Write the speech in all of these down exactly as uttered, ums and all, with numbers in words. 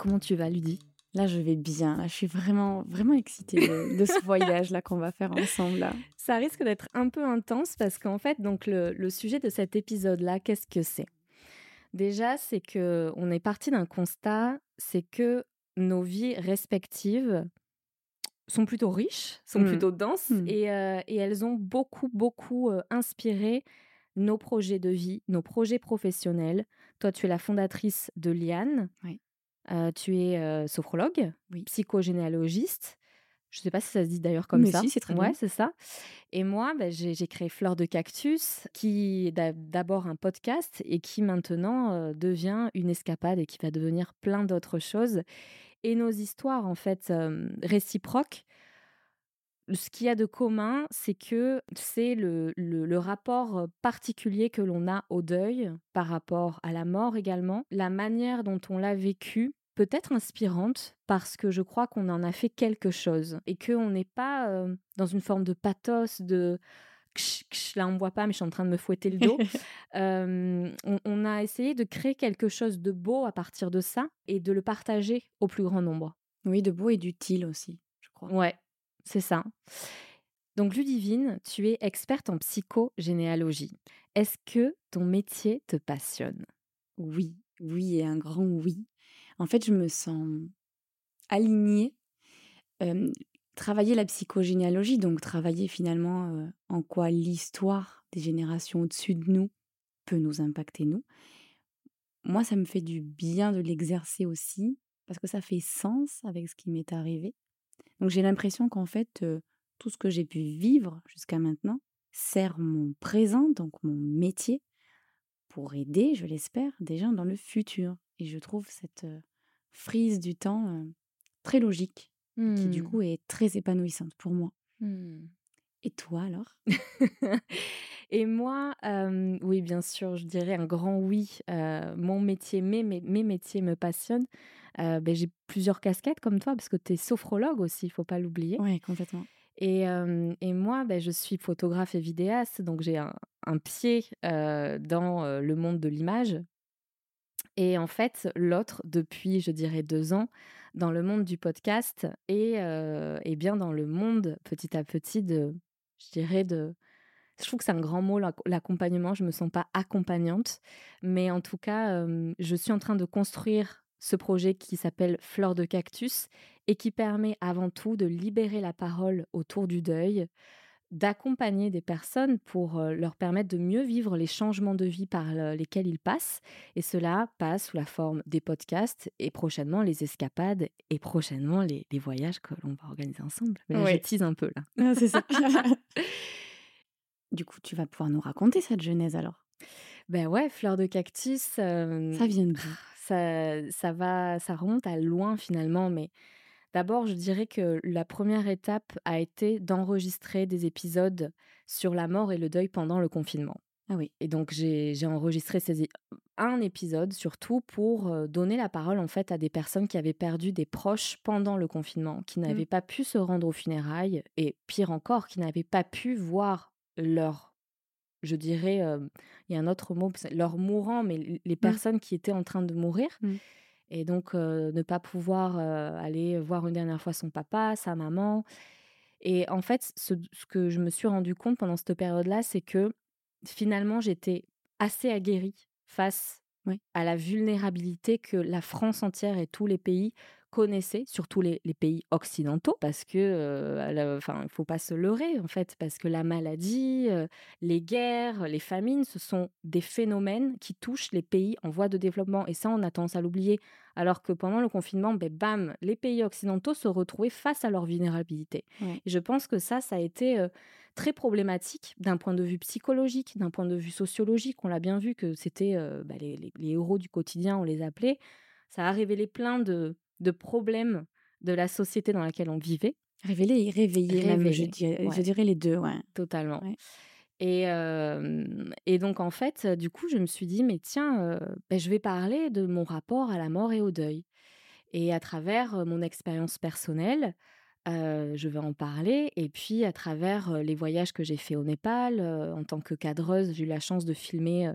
Comment tu vas, Ludie? Là, je vais bien. Là, je suis vraiment, vraiment excitée de, de ce voyage-là qu'on va faire ensemble. Là. Ça risque d'être un peu intense parce qu'en fait, donc le, le sujet de cet épisode-là, qu'est-ce que c'est? Déjà, c'est que on est parti d'un constat, c'est que nos vies respectives sont plutôt riches, sont Mmh. plutôt denses Mmh. et, euh, et elles ont beaucoup, beaucoup euh, inspiré nos projets de vie, nos projets professionnels. Toi, tu es la fondatrice de Liane. Oui. Euh, tu es euh, sophrologue, Oui. psychogénéalogiste. Je ne sais pas si ça se dit d'ailleurs comme Mais ça. si, c'est très ouais, bien. c'est ça. Et moi, bah, j'ai, j'ai créé Fleur de Cactus, qui est d'a- d'abord un podcast et qui maintenant euh, devient une escapade et qui va devenir plein d'autres choses. Et nos histoires, en fait, euh, réciproques, ce qu'il y a de commun, c'est que c'est le, le, le rapport particulier que l'on a au deuil par rapport à la mort également. La manière dont on l'a vécu peut être inspirante parce que je crois qu'on en a fait quelque chose et qu'on n'est pas euh, dans une forme de pathos, de ksh, ksh, là on ne me voit pas mais je suis en train de me fouetter le dos. Euh, on, on a essayé de créer quelque chose de beau à partir de ça et de le partager au plus grand nombre. Oui, de beau et d'utile aussi, je crois. Ouais, c'est ça. Donc, Ludivine, tu es experte en psychogénéalogie. Est-ce que ton métier te passionne? Oui, oui et un grand oui. En fait, je me sens alignée. Euh, travailler la psychogénéalogie, donc travailler finalement euh, en quoi l'histoire des générations au-dessus de nous peut nous impacter, nous. Moi, ça me fait du bien de l'exercer aussi, parce que ça fait sens avec ce qui m'est arrivé. Donc j'ai l'impression qu'en fait, euh, tout ce que j'ai pu vivre jusqu'à maintenant sert mon présent, donc mon métier, pour aider, je l'espère, des gens dans le futur. Et je trouve cette euh, frise du temps euh, très logique, et qui du Hmm. coup est très épanouissante pour moi. Hmm. Et toi alors? Et moi, euh, oui, bien sûr, je dirais un grand oui. Euh, mon métier, mes, mes, mes métiers me passionnent. Euh, ben, j'ai plusieurs casquettes comme toi, parce que tu es sophrologue aussi, il faut pas l'oublier. Oui, complètement. Et, euh, et moi, ben, je suis photographe et vidéaste, donc j'ai un, un pied euh, dans euh, le monde de l'image. Et en fait, l'autre, depuis, je dirais, deux ans, dans le monde du podcast et, euh, et bien dans le monde, petit à petit, de, je dirais, de... Je trouve que c'est un grand mot, l'ac- l'accompagnement. Je me sens pas accompagnante. Mais en tout cas, euh, je suis en train de construire ce projet qui s'appelle Fleur de Cactus et qui permet avant tout de libérer la parole autour du deuil, d'accompagner des personnes pour euh, leur permettre de mieux vivre les changements de vie par euh, lesquels ils passent. Et cela passe sous la forme des podcasts et prochainement les escapades et prochainement les, les voyages que l'on va organiser ensemble. Mais là, je Oui. tease un peu, là. Ah, c'est ça. Du coup, tu vas pouvoir nous raconter cette genèse alors. Ben ouais, Fleur de Cactus, euh, Ça vient d'où? ça, ça va, ça remonte à loin finalement. Mais d'abord, je dirais que la première étape a été d'enregistrer des épisodes sur la mort et le deuil pendant le confinement. Ah oui. Et donc, j'ai j'ai enregistré ces é- un épisode surtout pour euh, donner la parole en fait à des personnes qui avaient perdu des proches pendant le confinement, qui n'avaient Mm. pas pu se rendre aux funérailles et pire encore, qui n'avaient pas pu voir leur, je dirais, euh, il y a un autre mot, c'est leurs mourants, mais l- les Mm. personnes qui étaient en train de mourir. Mm. Et donc, euh, ne pas pouvoir euh, aller voir une dernière fois son papa, sa maman. Et en fait, ce, ce que je me suis rendu compte pendant cette période-là, c'est que finalement, j'étais assez aguerrie face Oui. à la vulnérabilité que la France entière et tous les pays connaissaient, surtout les, les pays occidentaux, parce que, euh, la- enfin, il faut pas se leurrer en fait, parce que la maladie, euh, les guerres, les famines, ce sont des phénomènes qui touchent les pays en voie de développement, et ça, on a tendance à l'oublier. Alors que pendant le confinement, ben, bam, les pays occidentaux se retrouvaient face à leur vulnérabilité. Ouais. Et je pense que ça, ça a été euh, très problématique d'un point de vue psychologique, d'un point de vue sociologique. On l'a bien vu que c'était euh, bah, les, les- les héros du quotidien, on les appelait. Ça a révélé plein de, de problèmes de la société dans laquelle on vivait. Révéler et réveiller même, je Révélé, dirais, je ouais, dirais les deux, ouais. totalement. Ouais. Et, euh, et donc, en fait, du coup, je me suis dit, mais tiens, euh, ben, je vais parler de mon rapport à la mort et au deuil. Et à travers euh, mon expérience personnelle, euh, je vais en parler. Et puis, à travers euh, les voyages que j'ai faits au Népal, euh, en tant que cadreuse, j'ai eu la chance de filmer euh,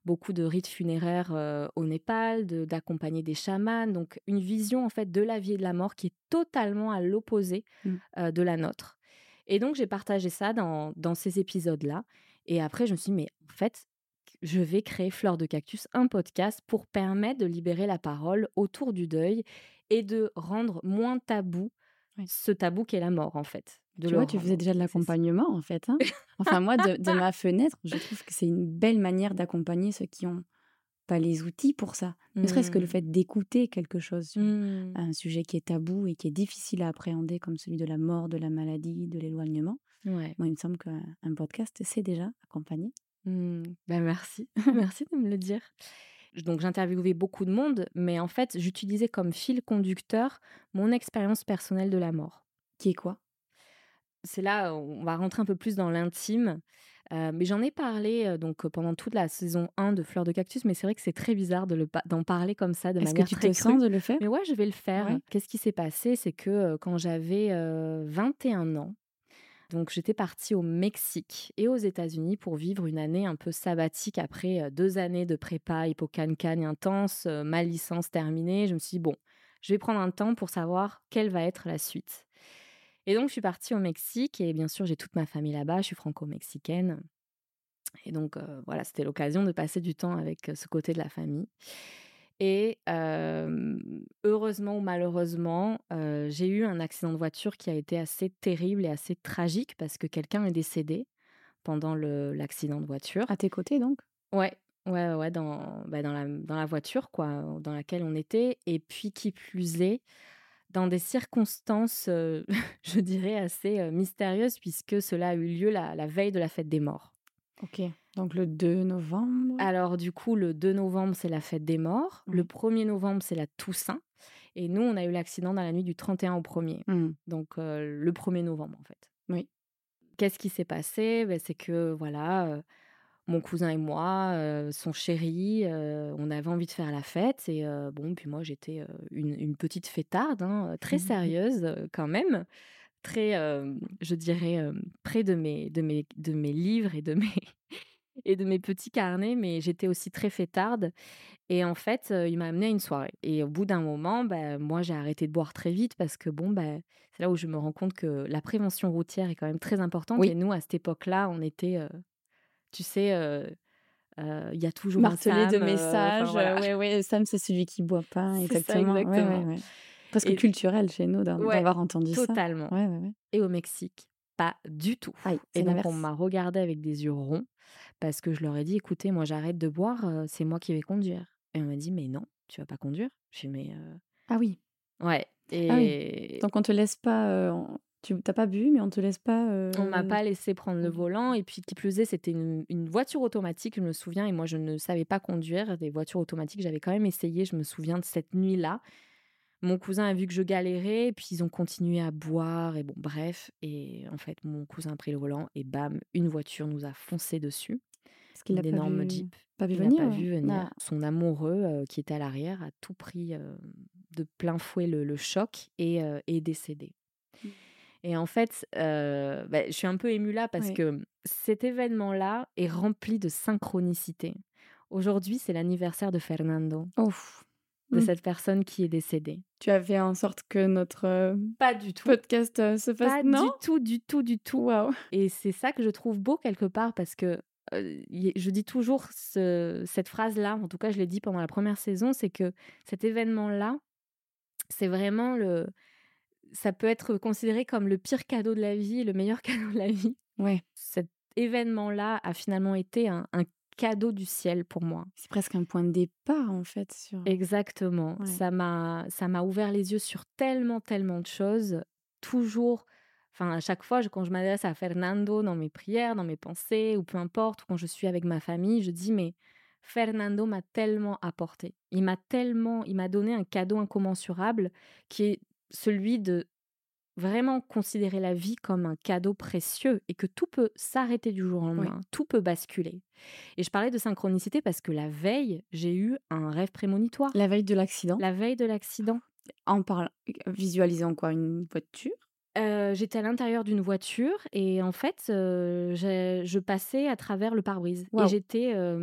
beaucoup de rites funéraires, heu, au Népal, de d'accompagner des chamans, donc une vision, en fait, de la vie et de la mort qui est totalement à l'opposé, Mmh. heu, de la nôtre et donc j'ai partagé ça dans dans ces épisodes-là et après je me suis dit: «Mais en fait, je vais créer Fleur de cactus, un podcast pour permettre de libérer la parole autour du deuil et de rendre moins tabou Oui. ce tabou qu'est la mort, en fait, de Tu le vois, tu faisais rendre déjà de accessible». l'accompagnement, en fait, hein? Enfin, moi, de de ma fenêtre, je trouve que c'est une belle manière d'accompagner ceux qui ont pas les outils pour ça. Ne serait-ce que le Mmh. fait d'écouter quelque chose sur Mmh. un sujet qui est tabou et qui est difficile à appréhender comme celui de la mort, de la maladie, de l'éloignement. Ouais. Moi, il me semble qu'un un podcast, c'est déjà accompagner. Mmh. Bah, merci. Merci de me le dire. Donc j'interviewais beaucoup de monde, mais en fait, j'utilisais comme fil conducteur mon expérience personnelle de la mort. Qui est quoi? C'est là, où on va rentrer un peu plus dans l'intime, heu, mais j'en ai parlé, heu, donc heu, pendant toute la saison un de Fleur de cactus, mais c'est vrai que c'est très bizarre de le pa d'en parler comme ça de Est-ce que manière tu très te sens crue. de le faire? Mais ouais, je vais le faire. Ouais. Qu'est-ce qui s'est passé? C'est que, heu, quand j'avais, heu, vingt et un ans, donc j'étais partie au Mexique et aux États-Unis pour vivre une année un peu sabbatique après, heu, deux années de prépa hypo-cancan intense, heu, ma licence terminée. Je me suis dit: «Bon, je vais prendre un temps pour savoir quelle va être la suite» et donc je suis partie au Mexique et bien sûr, j'ai toute ma famille là-bas, je suis franco-mexicaine et donc heu, voilà, c'était l'occasion de passer du temps avec, heu, ce côté de la famille et hem, heureusement ou malheureusement, heu, j'ai eu un accident de voiture qui a été assez terrible et assez tragique parce que quelqu'un est décédé pendant le l'accident de voiture. À tes côtés, donc? Ouais, ouais, ouais, ouais, dans, bah, dans la dans la voiture quoi, dans laquelle on était et puis qui plus est, dans des circonstances, heu, je dirais assez, heu, mystérieuses puisque cela a eu lieu la la veille de la fête des morts. OK. Donc le deux novembre? Alors du coup, le deux novembre, c'est la fête des morts. Le Oui. premier novembre, c'est la Toussaint et nous, on a eu l'accident dans la nuit du trente et un au premier, Mmh. donc heu, le premier novembre, en fait. Oui. Qu'est-ce qui s'est passé? Beh, c'est que voilà, heu, mon cousin et moi, heu, son chéri, heu, on avait envie de faire la fête et heu, bon, puis moi, j'étais, heu, une une petite fêtarde, hein, heu, très sérieuse, heu, quand même, très, hem, je dirais, hem, près de mes de mes de mes livres et de mes et de mes petits carnets, mais j'étais aussi très fêtarde et en fait, heu, il m'a amenée à une soirée et au bout d'un moment, bah, moi, j'ai arrêté de boire très vite parce que bon, bah, c'est là où je me rends compte que la prévention routière est quand même très importante et Oui. nous, à cette époque-là, on était, heu, tu sais, heu heu, il y a toujours un Marteler de Sam, heu, enfin messages, heu, voilà. ouais, ouais, Sam, c'est celui qui boit pas, C'est ça exactement. Ouais, ouais, exactement ouais. Presque et culturel chez nous d'en ouais, d'avoir entendu ça. totalement Ouais, ouais, ouais. et au Mexique, pas du tout Aïe, et c'est donc on l'inverse. m'a regardée avec des yeux ronds parce que je leur ai dit: «Écoutez, moi, j'arrête de boire, heu, c'est moi qui vais conduire» et on m'a dit: «Mais non, tu vas pas conduire». Je fais: «Mais heu» Ah oui, ouais ah oui. et Donc on te laisse pas, heu, on tu tu as pas bu, mais on te laisse pas, on m'a heu, pas laissé prendre le conduire. volant et puis qui plus est, c'était une une voiture automatique, je me souviens et moi je ne savais pas conduire des voitures automatiques. J'avais quand même essayé, je me souviens de cette nuit-là. Mon cousin a vu que je galérais et puis ils ont continué à boire et bon bref et en fait, mon cousin a pris le volant et bam, une voiture nous a foncé dessus, Parce qu'il l'a une pas énorme vu Jeep. pas vu Il n'a venir, pas ouais? vu venir. Ah. Son amoureux, heu, qui était à l'arrière, a tout pris, heu, de plein fouet le le choc et heu, est décédé. Mmh. Et en fait, heu, bah, je suis un peu émue là parce Ouais. que, mmh, cet événement-là est rempli de synchronicité. Aujourd'hui, c'est l'anniversaire de Fernando, Ouf. de Mmh. cette personne qui est décédée. Tu as fait en sorte que notre, heu, Pas du tout, podcast, heu, se fasse pas non? du tout, du tout, du tout Waouh! et c'est ça que je trouve beau quelque part parce que, heu, y je dis toujours ce cette phrase-là, en tout cas je l'ai dit pendant la première saison, c'est que cet événement-là, c'est vraiment le ça peut être considéré comme le pire cadeau de la vie et le meilleur cadeau de la vie. Ouais, Cet événement-là a finalement été un un cadeau du ciel pour moi. c'est presque un point de départ, en fait, sur, heu Exactement. ouais. Ça m'a ça m'a ouvert les yeux sur tellement, tellement de choses. Toujours, enfin, à chaque fois, je quand je m'adresse à Fernando dans mes prières, dans mes pensées ou peu importe, ou quand je suis avec ma famille, je dis: «Mais Fernando m'a tellement apporté. Il m'a tellement il m'a donné un cadeau incommensurable qui est celui de vraiment considérer la vie comme un cadeau précieux et que tout peut s'arrêter du jour au Oui. lendemain, tout peut basculer. Et je parlais de synchronicité parce que la veille, j'ai eu un rêve La prémonitoire. veille de l'accident, La veille de l'accident. en parlant visualisant quoi? Une voiture? Heu, j'étais à l'intérieur d'une voiture et en fait, heu, j'ai je passais à travers le pare-brise et Waouh! j'étais, hem,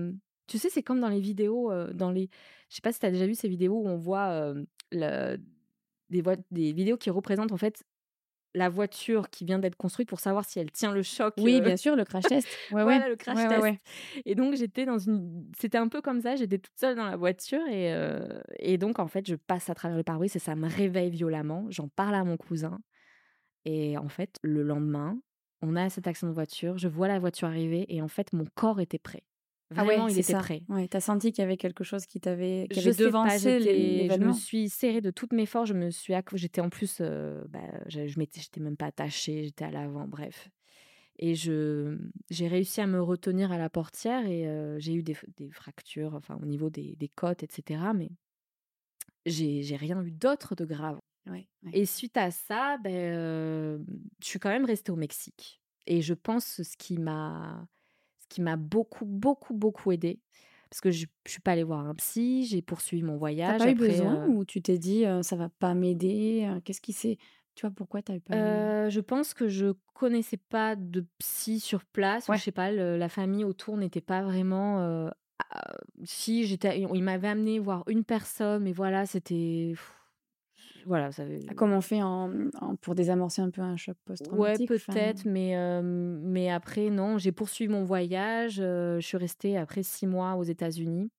Tu sais, c'est comme dans les vidéos, heu, dans les je sais pas si tu as déjà vu ces vidéos où on voit, hem, le des voi des vidéos qui représentent en fait la voiture qui vient d'être construite pour savoir si elle tient le choc, Oui, heu, bien sûr, le crash test. Ouais, ouais. voilà le crash Ouais, ouais, test ouais. et donc j'étais dans une c'était un peu comme ça, j'étais toute seule dans la voiture et heu et donc en fait, je passe à travers le pare-brise et ça me réveille violemment. J'en parle à mon cousin et en fait, le lendemain, on a cet accident de voiture, je vois la voiture arriver et en fait, mon corps était prêt. Ah ouais, Vraiment, il c'est était ça. prêt. Ouais, tu as senti qu'il y avait quelque chose qui t'avait qui Je avait sais pas, devancé l'é j'étais je me l'événement? suis serrée de toutes mes forces, je me suis acc j'étais en plus, heu, bah, je je m'étais j'étais même pas attachée, j'étais à l'avant, bref et je j'ai réussi à me retenir à la portière et heu, j'ai eu des f des fractures, enfin au niveau des des côtes et cetera, mais j'ai j'ai rien eu d'autre de grave Ouais, ouais. et suite à ça, beh, hem, je suis quand même restée au Mexique et je pense ce qui m'a ce qui m'a beaucoup, beaucoup, beaucoup aidée parce que je je suis pas allée voir un psy, j'ai poursuivi mon Tu as voyage pas eu après, besoin heu ou tu t'es dit, heu: «Ça va pas m'aider», heu, qu'est-ce qui s'est tu vois, pourquoi tu avais pas eu Heu, je pense que je connaissais pas de psy sur place ou je ouais, sais pas, le la famille autour n'était pas vraiment, heu, a si j'étais ils m'avaient amenée voir une personne, mais voilà, c'était voilà, ça ah, comme on fait en, mmh, en pour désamorcer un peu un choc ouais, post-traumatique, enfin peut-être, mais hem, mais après non, j'ai poursuivi mon voyage, heu, je suis restée après six mois aux États-Unis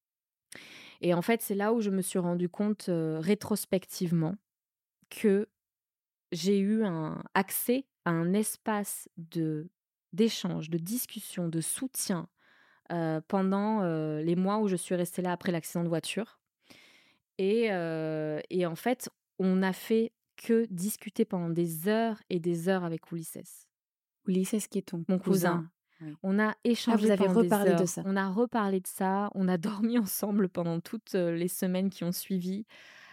et en fait, c'est là où je me suis rendu compte, heu, rétrospectivement que j'ai eu un accès à un espace de d'échange, de discussion, de soutien, heu, pendant, heu, les mois où je suis restée là après l'accident de voiture et heu et en fait, on n'a fait que discuter pendant des heures et des heures avec Ulysse, Ulysse qui est ton mon cousin. cousin. Oui. On a Ah, vous échangé avez pendant des reparlé de heures, ça? on a reparlé de ça, on a dormi ensemble pendant toutes, heu, les semaines qui ont suivi.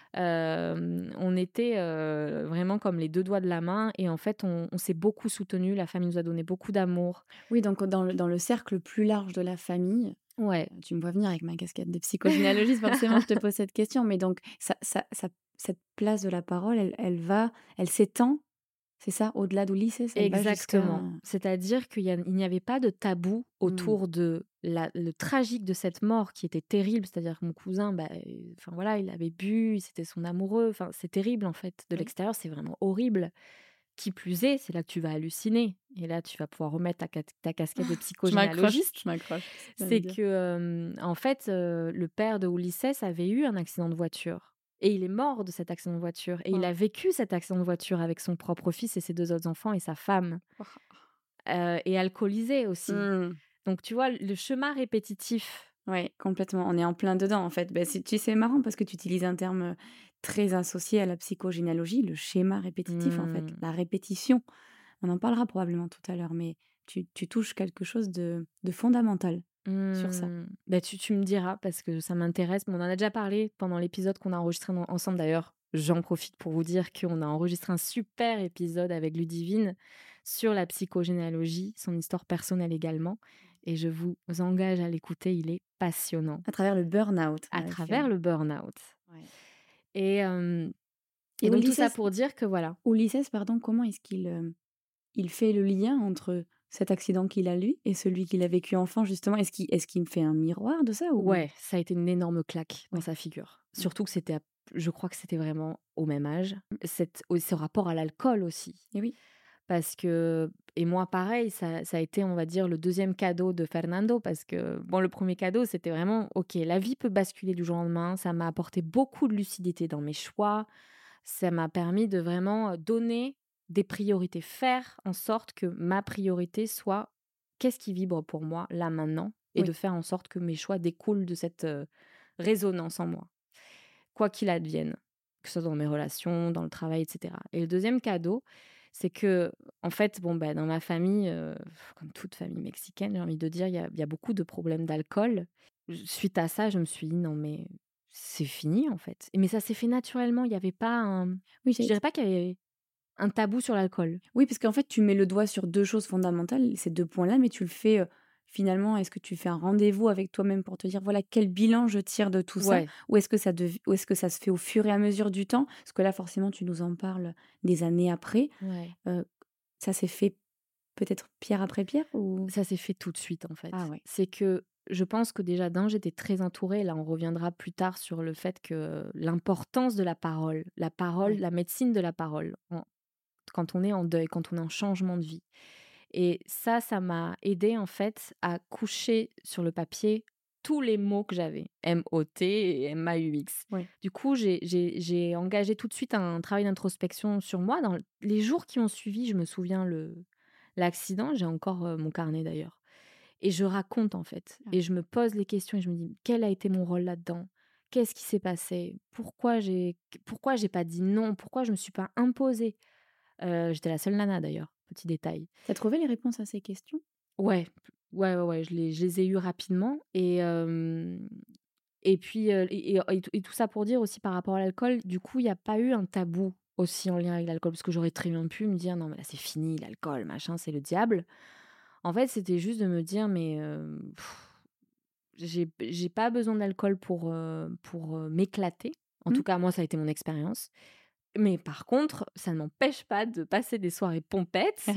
Hem, on était, heu, vraiment comme les deux doigts de la main et en fait, on on s'est beaucoup soutenus. La famille nous a donné beaucoup d'amour. Oui, donc dans le dans le cercle plus large de la famille, Ouais. heu, tu me vois venir avec ma casquette de psychogénéalogiste, forcément je te pose cette question, mais donc ça ça ça cette place de la parole, elle elle va elle s'étend, c'est ça? Au-delà d'Ulysse, elle va jusqu'à Exactement. C'est-à-dire qu'il y a il n'y avait pas de tabou mmh, autour de la le tragique de cette mort qui était terrible. C'est-à-dire que mon cousin, bah, heu, enfin voilà, il avait bu, c'était son amoureux. Enfin, c'est terrible en fait. De oui. l'extérieur, c'est vraiment horrible. Qui plus est, c'est là que tu vas halluciner et là, tu vas pouvoir remettre ta cat ta casquette de Je m'accroche, je psychogénéalogiste. m'accroche, qu'est-ce que tu vas me C'est dire? que, hem, en fait, heu, le père de Ulysse avait eu un accident de voiture et il est mort de cet accident de voiture et il Waouh, a vécu cet accident de voiture avec son propre fils et ses deux autres enfants et sa femme, waouh. heu et alcoolisé aussi. Mmh. Donc tu vois, le schéma répétitif. Ouais, complètement. On est en plein dedans, en fait. Beh, c'est tu sais, c'est marrant parce que tu utilises un terme, heu, très associé à la psychogénéalogie, le schéma répétitif, en fait, Mmh. la répétition. On en parlera probablement tout à l'heure, mais tu tu touches quelque chose de de fondamental sur ça. Mmh. Bah, tu tu me diras parce que ça m'intéresse, mais on en a déjà parlé pendant l'épisode qu'on a enregistré en ensemble d'ailleurs. J'en profite pour vous dire qu'on a enregistré un super épisode avec Ludivine sur la psychogénéalogie, son histoire personnelle également et je vous engage à l'écouter, il est passionnant, À travers le burn-out, à avec, heu travers le burn-out ouais. et hem Et et donc tout ça Ulysses pour dire que voilà. Ulysses, pardon, comment est-ce qu'il, hem, il fait le lien entre cet accident qu'il a lui et celui qu'il a vécu enfant, justement? Est-ce qu'il est-ce qu'il me fait un miroir de ça ou? Ouais, ça a été une énorme claque dans Ouais. sa figure. Ouais. Surtout que c'était à je crois que c'était vraiment au même âge. Cette au ce rapport à l'alcool aussi. Et oui. Parce que et moi pareil, ça ça a été, on va dire, le deuxième cadeau de Fernando parce que, bon, le premier cadeau, c'était vraiment: «OK, la vie peut basculer du jour au lendemain». Ça m'a apporté beaucoup de lucidité dans mes choix. Ça m'a permis de vraiment, heu, donner des priorités, faire en sorte que ma priorité soit: «Qu'est-ce qui vibre pour moi, là, maintenant?» et de Oui. faire en sorte que mes choix découlent de cette, heu, résonance en moi, quoi qu'il advienne, que ce soit dans mes relations, dans le travail et cetera et le deuxième cadeau, c'est que en fait, bon, bah, dans ma famille, heu, comme toute famille mexicaine, j'ai envie de dire, il y a il y a beaucoup de problèmes d'alcool. J Suite à ça, je me suis dit: «Non, mais c'est fini, en fait» mais ça s'est fait naturellement. Il y avait pas un Oui, je j'allais dirais pas qu'il y avait un tabou sur l'alcool. Oui, parce qu'en fait, tu mets le doigt sur deux choses fondamentales, ces deux points-là, mais tu le fais, heu, finalement, est-ce que tu fais un rendez-vous avec toi-même pour te dire: «Voilà, quel bilan je tire de tout ça?» Ouais. ou est-ce que ça dev ou est-ce que ça se fait au fur et à mesure du temps? Parce que là, forcément, tu nous en parles des années après. Ouais. Heu, ça s'est fait peut-être pierre après pierre ou? Ça s'est fait tout de suite, en Ah fait. ouais. C'est que je pense que déjà d'un, j'étais très entourée. Là, on reviendra plus tard sur le fait que l'importance de la parole, la parole, Ouais. la médecine de la parole, en quand on est en deuil, quand on est en changement de vie et ça, ça m'a aidée en fait à coucher sur le papier tous les mots que j'avais, M O T et M A U X. Ouais. Du coup, j'ai j'ai j'ai engagé tout de suite un travail d'introspection sur moi. Dans les jours qui ont suivi, je me souviens le l'accident, j'ai encore, heu, mon carnet d'ailleurs et je raconte en fait Ah. et je me pose les questions et je me dis: «Quel a été mon rôle là-dedans? Qu'est-ce qui s'est passé? Pourquoi j'ai pourquoi j'ai pas dit non? Pourquoi je me suis pas imposée?» Heu, j'étais la seule nana d'ailleurs, petit détail. Tu as trouvé les réponses à ces questions? Ouais, ouais, ouais, ouais, je les je les ai eues rapidement et hem et puis, heu et et et tout et tout ça pour dire aussi par rapport à l'alcool, du coup, il y a pas eu un tabou aussi en lien avec l'alcool parce que j'aurais très bien pu me dire: «Non mais là, c'est fini l'alcool, machin, c'est le diable». En fait, c'était juste de me dire: «Mais hem, j'ai j'ai pas besoin d'alcool pour, heu, pour, heu, m'éclater». En Mmh. tout cas, moi, ça a été mon expérience. Mais par contre, ça ne m'empêche pas de passer des soirées pompettes,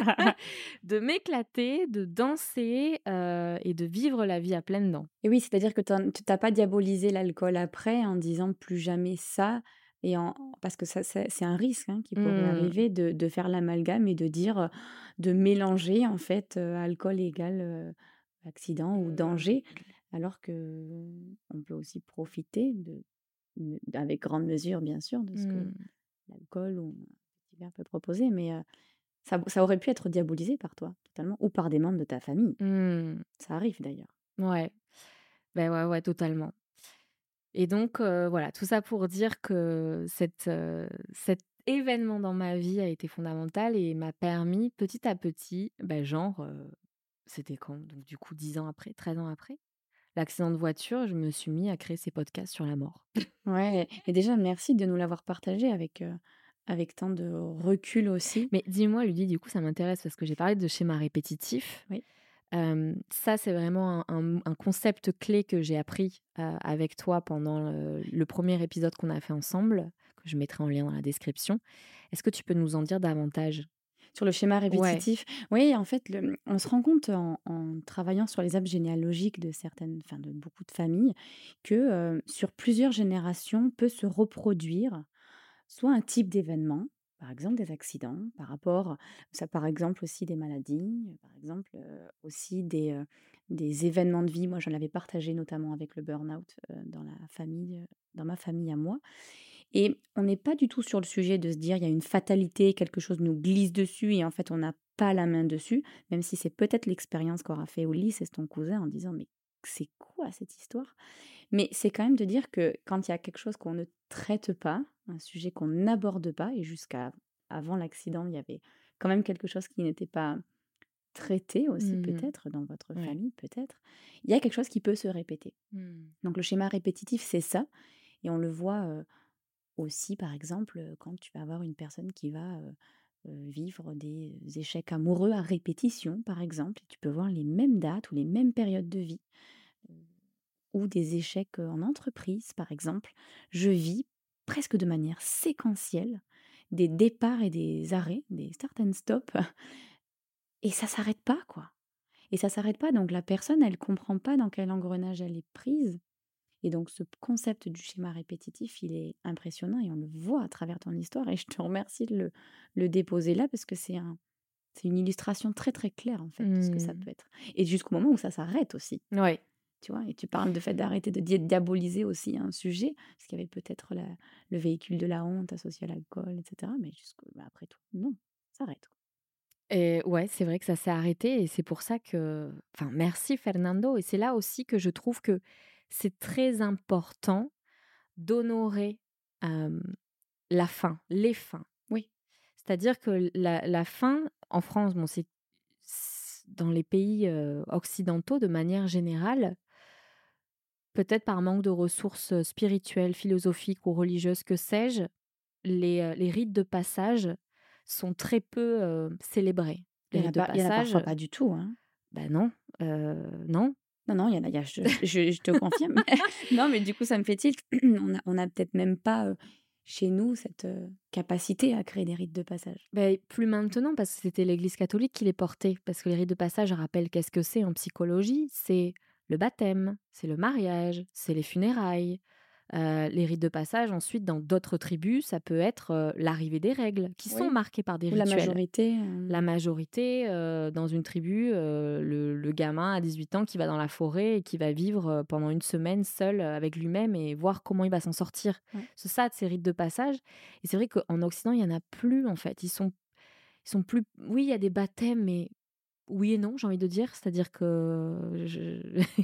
de m'éclater, de danser, heu et de vivre la vie à pleines dents. Et oui, c'est-à-dire que tu en tu tu pas diabolisé l'alcool après en disant: «Plus jamais ça» et en parce que ça c'est c'est un risque, hein, qui pourrait Mmh. arriver de de faire l'amalgame et de dire, heu, de mélanger en fait, heu, alcool égale, heu, accident ou danger. Alors qu'on peut aussi profiter de de avec grande mesure bien sûr de ce que Mmh. l'alcool ou divers peut proposer, mais, heu, ça ça aurait pu être diabolisé par toi totalement ou par des membres de ta famille. Mmh. Ça arrive d'ailleurs. Ouais. Beh, ouais, ouais, totalement et donc heu, voilà, tout ça pour dire que cet, heu, cet événement dans ma vie a été fondamental et m'a permis petit à petit, bah, genre, heu, c'était quand? Donc du coup dix ans après, treize ans après, l'accident de voiture, je me suis mis à créer ces podcasts sur la mort. Ouais et déjà merci de nous l'avoir partagé avec, heu, avec tant de recul aussi. Mais dis-moi Lydie, du coup, ça m'intéresse parce que j'ai parlé de schéma répétitif. Oui. Hem, ça, c'est vraiment un un un concept clé que j'ai appris, heu, avec toi pendant, heu, le premier épisode qu'on a fait ensemble, que je mettrai en lien dans la description. Est-ce que tu peux nous en dire davantage? Sur le schéma Ouais. répétitif, oui, en fait, le mmh, on se rend compte en en travaillant sur les arbres généalogiques de certaines enfin, de beaucoup de familles que, heu, sur plusieurs générations peut se reproduire soit un type d'événement, par exemple des accidents, par rapport ça par exemple aussi des maladies, par exemple, heu, aussi des, heu, des événements de vie. Moi, je l'avais partagé notamment avec le burn-out, heu, dans la famille, heu, dans ma famille à moi et on n'est pas du tout sur le sujet de se dire: «Il y a une fatalité, quelque chose nous glisse dessus et en fait on n'a pas la main dessus», même si c'est peut-être l'expérience qu'aura fait Ulysse et ton cousin en disant: «Mais c'est quoi cette histoire?» Mais c'est quand même de dire que quand il y a quelque chose qu'on ne traite pas, un sujet qu'on n'aborde pas et jusqu'à avant l'accident, il y avait quand même quelque chose qui n'était pas traité aussi Mmh. peut-être dans votre Ouais. famille, peut-être. Il y a quelque chose qui peut se répéter. Mmh. Donc le schéma répétitif, c'est ça et on le voit, heu, aussi par exemple, heu, quand tu vas avoir une personne qui va, heu heu, vivre des échecs amoureux à répétition, par exemple et tu peux voir les mêmes dates ou les mêmes périodes de vie. Ou des échecs, heu, en entreprise, par exemple. Je vis presque de manière séquentielle des départs et des arrêts, des start and stop et ça s'arrête pas, quoi et ça s'arrête pas donc la personne, elle comprend pas dans quel engrenage elle est prise et donc ce concept du schéma répétitif, il est impressionnant et on le voit à travers ton histoire et je te remercie de le le déposer là parce que c'est un c'est une illustration très, très claire, en fait, de ce que ça Mmh. peut être et jusqu'au moment où ça s'arrête aussi. Ouais. Tu vois? Et tu parles de fait d'arrêter de dia diaboliser aussi un sujet, parce qu'il y avait peut-être la le véhicule de la honte associé à l'alcool et cetera, mais jusque bah, après tout, non, ça s'arrête, quoi. Et ouais, c'est vrai que ça s'est arrêté et c'est pour ça que enfin, merci Fernando et c'est là aussi que je trouve que c'est très important d'honorer, hem, la fin, les fins. Oui, C'est-à-dire que la la fin en France, bon, c'est c dans les pays, heu, occidentaux de manière générale, peut-être par manque de ressources, heu, spirituelles, philosophiques ou religieuses, que sais-je, les, heu, les rites de passage sont très peu, heu, célébrés. il Les y en a rites de pas il y en a passage, parfois pas du tout, hein. bah, non, heu, non. Non, non, il y en a il y a je je je te confirme. Non, mais du coup, ça me fait tilt. On a on a peut-être même pas, heu, chez nous cette, heu, capacité à créer des rites de passage. Beh, plus maintenant parce que c'était l'Église catholique qui les portait. Parce que les rites de passage, je rappelle qu'est-ce que c'est en psychologie? C'est le baptême, c'est le mariage, c'est les funérailles. Heu, les rites de passage ensuite dans d'autres tribus, ça peut être, heu, l'arrivée des règles qui sont Oui, marquées par des ou la rituels. majorité, hem La majorité, heu, dans une tribu, heu, le le gamin à dix-huit ans qui va dans la forêt et qui va vivre, heu, pendant une semaine seul, heu, avec lui-même et voir comment il va s'en sortir. ouais. C'est ça, ces rites de passage et c'est vrai qu'en Occident, il y en a plus en fait. Ils sont ils sont plus oui, il y a des baptêmes, mais oui et non, j'ai envie de dire. C'est-à-dire que je